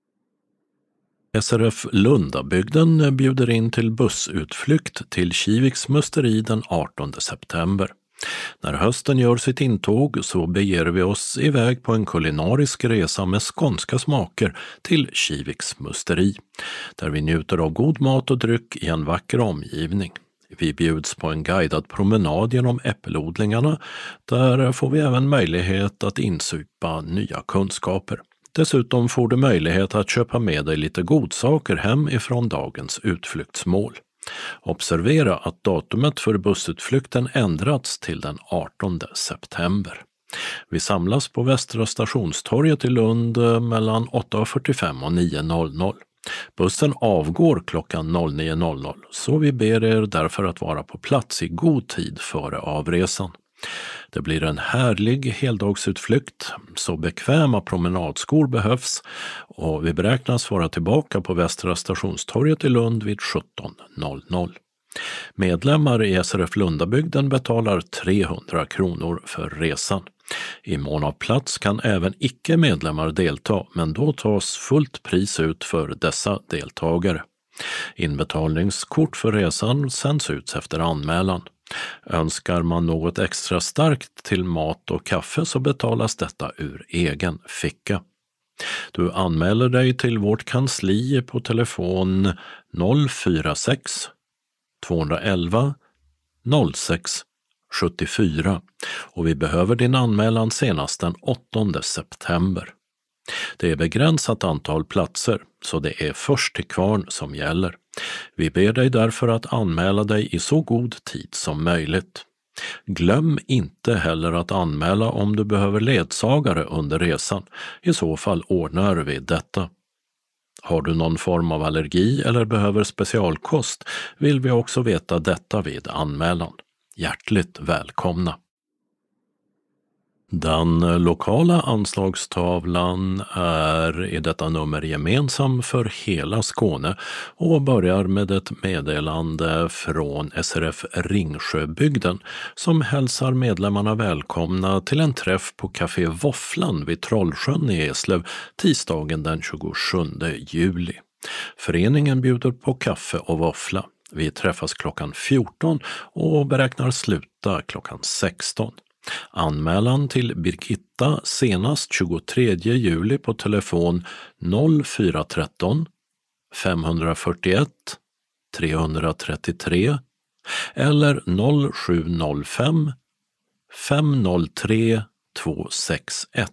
[SPEAKER 1] SRF Lundabygden bjuder in till bussutflykt till Kiviks musteri den 18 september. När hösten gör sitt intåg så beger vi oss iväg på en kulinarisk resa med skånska smaker till Kiviks musteri, där vi njuter av god mat och dryck i en vacker omgivning. Vi bjuds på en guidad promenad genom äppelodlingarna, där får vi även möjlighet att insupa nya kunskaper. Dessutom får du möjlighet att köpa med dig lite godsaker hem ifrån dagens utflyktsmål. Observera att datumet för bussutflykten ändrats till den 18 september. Vi samlas på Västra stationstorget i Lund mellan 8.45 och 9.00. Bussen avgår klockan 09.00 så vi ber er därför att vara på plats i god tid före avresan. Det blir en härlig heldagsutflykt, så bekväma promenadskor behövs och vi beräknas vara tillbaka på Västra stationstorget i Lund vid 17.00. Medlemmar i SRF Lundabygden betalar 300 kronor för resan. I mån av plats kan även icke-medlemmar delta, men då tas fullt pris ut för dessa deltagare. Inbetalningskort för resan sänds ut efter anmälan. Önskar man något extra starkt till mat och kaffe så betalas detta ur egen ficka. Du anmäler dig till vårt kansli på telefon 046 211 06 74 och vi behöver din anmälan senast den 8 september. Det är begränsat antal platser, så det är först till kvarn som gäller. Vi ber dig därför att anmäla dig i så god tid som möjligt. Glöm inte heller att anmäla om du behöver ledsagare under resan. I så fall ordnar vi detta. Har du någon form av allergi eller behöver specialkost vill vi också veta detta vid anmälan. Hjärtligt välkomna! Den lokala anslagstavlan är i detta nummer gemensam för hela Skåne och börjar med ett meddelande från SRF Ringsjöbygden som hälsar medlemmarna välkomna till en träff på Café Våfflan vid Trollsjön i Eslöv tisdagen den 27 juli. Föreningen bjuder på kaffe och våffla. Vi träffas klockan 14 och beräknar sluta klockan 16. Anmälan till Birgitta senast 23 juli på telefon 0413 541 333 eller 0705 503 261.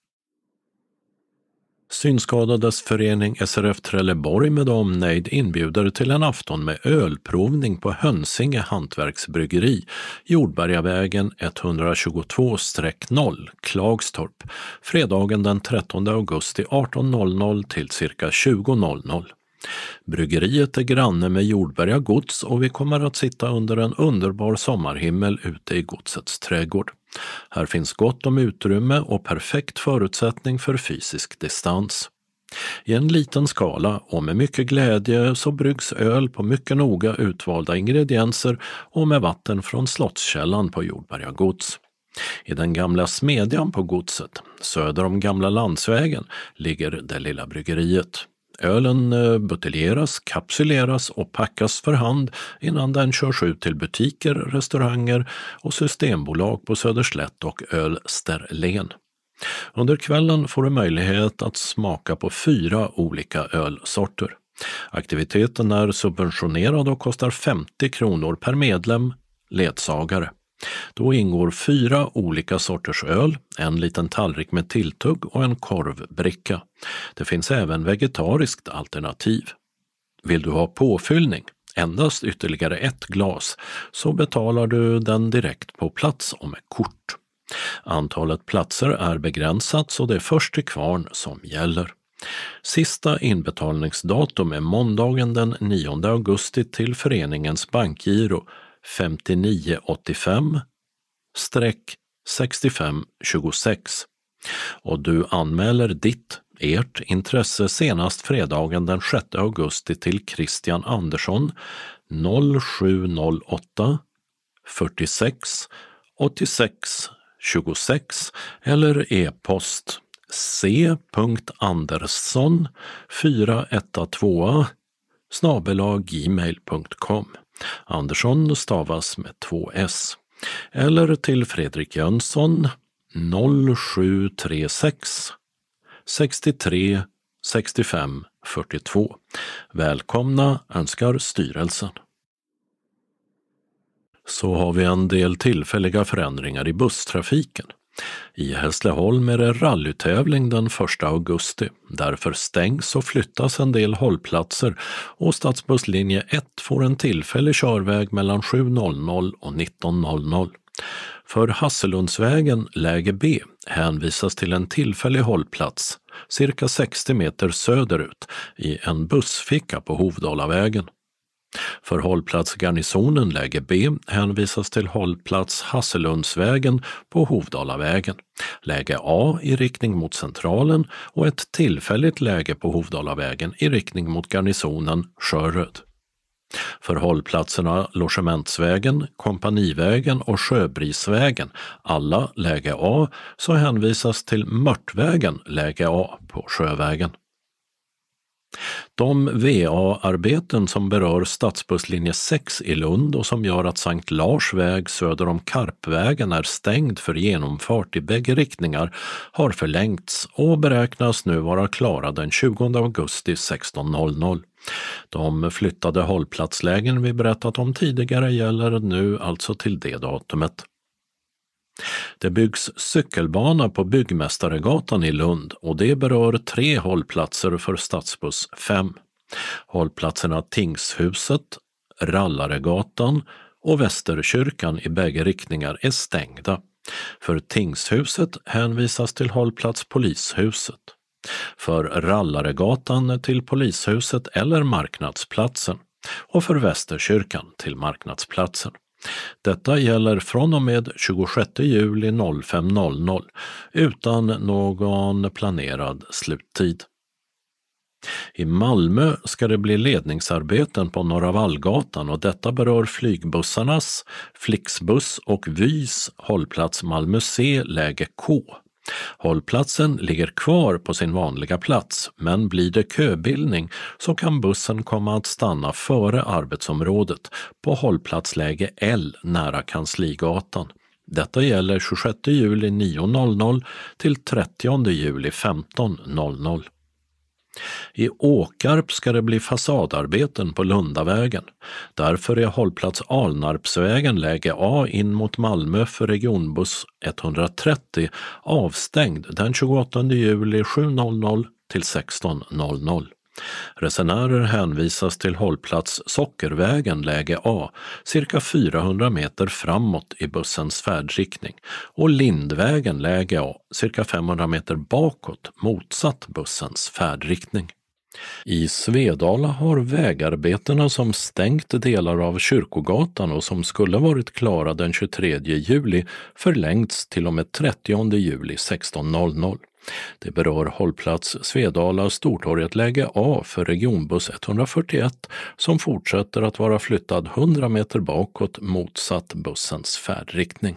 [SPEAKER 1] Synskadades förening SRF Trelleborg med omnejd inbjuder till en afton med ölprovning på Hönsinge hantverksbryggeri, Jordbergavägen 122-0, Klagstorp, fredagen den 13 augusti 18.00 till cirka 20.00. Bryggeriet är granne med Jordberga gods och vi kommer att sitta under en underbar sommarhimmel ute i godsets trädgård. Här finns gott om utrymme och perfekt förutsättning för fysisk distans. I en liten skala och med mycket glädje så bryggs öl på mycket noga utvalda ingredienser och med vatten från Slottskällan på Jordberga gods. I den gamla smedjan på godset, söder om gamla landsvägen, ligger det lilla bryggeriet. Ölen buteljeras, kapsyleras och packas för hand innan den körs ut till butiker, restauranger och systembolag på Söderslätt och Ölsterlen. Under kvällen får du möjlighet att smaka på 4 olika ölsorter. Aktiviteten är subventionerad och kostar 50 kronor per medlem, ledsagare. Då ingår 4 olika sorters öl, en liten tallrik med tilltugg och en korvbricka. Det finns även vegetariskt alternativ. Vill du ha påfyllning, endast ytterligare 1 glas, så betalar du den direkt på plats och med kort. Antalet platser är begränsat så det är först till kvarn som gäller. Sista inbetalningsdatum är måndagen den 9 augusti till föreningens bankgiro 5985-6526 och du anmäler ert intresse senast fredagen den 6 augusti till Christian Andersson 0708 46 86 26 eller e-post c.andersson412@gmail.com. Andersson stavas med 2 s. Eller till Fredrik Jönsson 0736 63 65 42. Välkomna önskar styrelsen. Så har vi en del tillfälliga förändringar i busstrafiken. I Hässleholm är det rallytävling den 1 augusti. Därför stängs och flyttas en del hållplatser och stadsbusslinje 1 får en tillfällig körväg mellan 7.00 och 19.00. För Hasselundsvägen läge B hänvisas till en tillfällig hållplats cirka 60 meter söderut i en bussficka på Hovdalavägen. För hållplats Garnisonen läge B hänvisas till hållplats Hasselundsvägen på Hovdalavägen, läge A i riktning mot Centralen och ett tillfälligt läge på Hovdalavägen i riktning mot Garnisonen Sjöröd. För hållplatserna Logementsvägen, Kompanivägen och Sjöbrisvägen, alla läge A, så hänvisas till Mörtvägen läge A på Sjövägen. De VA-arbeten som berör stadsbusslinje 6 i Lund och som gör att Sankt Lars väg söder om Karpvägen är stängd för genomfart i bägge riktningar har förlängts och beräknas nu vara klara den 20 augusti 16.00. De flyttade hållplatslägen vi berättat om tidigare gäller nu alltså till det datumet. Det byggs cykelbana på Byggmästaregatan i Lund och det berör 3 hållplatser för stadsbuss 5. Hållplatserna Tingshuset, Rallaregatan och Västerkyrkan i bägge riktningar är stängda. För Tingshuset hänvisas till hållplats Polishuset. För Rallaregatan till Polishuset eller Marknadsplatsen och för Västerkyrkan till Marknadsplatsen. Detta gäller från och med 26 juli 05.00 utan någon planerad sluttid. I Malmö ska det bli ledningsarbeten på Norra Vallgatan och detta berör flygbussarnas, Flixbuss och Vys hållplats Malmö C läge K. Hållplatsen ligger kvar på sin vanliga plats, men blir det köbildning så kan bussen komma att stanna före arbetsområdet på hållplatsläge L nära Kansligatan. Detta gäller 26 juli 9.00 till 30 juli 15.00. I Åkarp ska det bli fasadarbeten på Lundavägen. Därför är hållplats Alnarpsvägen läge A in mot Malmö för regionbuss 130 avstängd den 28 juli 7.00 till 16.00. Resenärer hänvisas till hållplats Sockervägen läge A, cirka 400 meter framåt i bussens färdriktning, och Lindvägen läge A, cirka 500 meter bakåt motsatt bussens färdriktning. I Svedala har vägarbetena som stängt delar av Kyrkogatan och som skulle varit klara den 23 juli förlängts till och med 30 juli 16.00. Det berör hållplats Svedala Stortorget läge A för regionbuss 141 som fortsätter att vara flyttad 100 meter bakåt motsatt bussens färdriktning.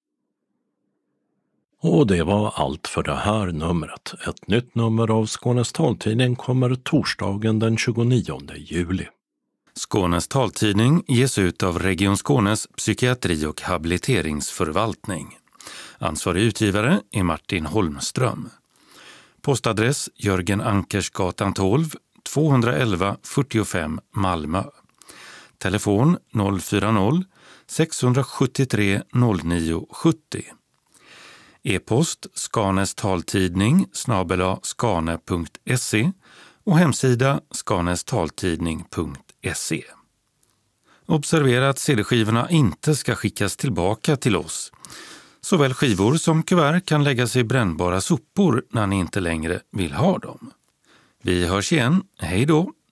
[SPEAKER 1] Och det var allt för det här numret. Ett nytt nummer av Skånes taltidning kommer torsdagen den 29 juli.
[SPEAKER 11] Skånes taltidning ges ut av Region Skånes psykiatri- och habiliteringsförvaltning. Ansvarig utgivare är Martin Holmström. Postadress Jörgen Ankersgatan 12, 211 45 Malmö. Telefon 040 673 09 70. E-post skanestaltidning @skane.se och hemsida skanestaltidning.se. Observera att CD-skivorna inte ska skickas tillbaka till oss. Såväl skivor som kuvert kan läggas i brännbara sopor när ni inte längre vill ha dem. Vi hörs igen. Hej då!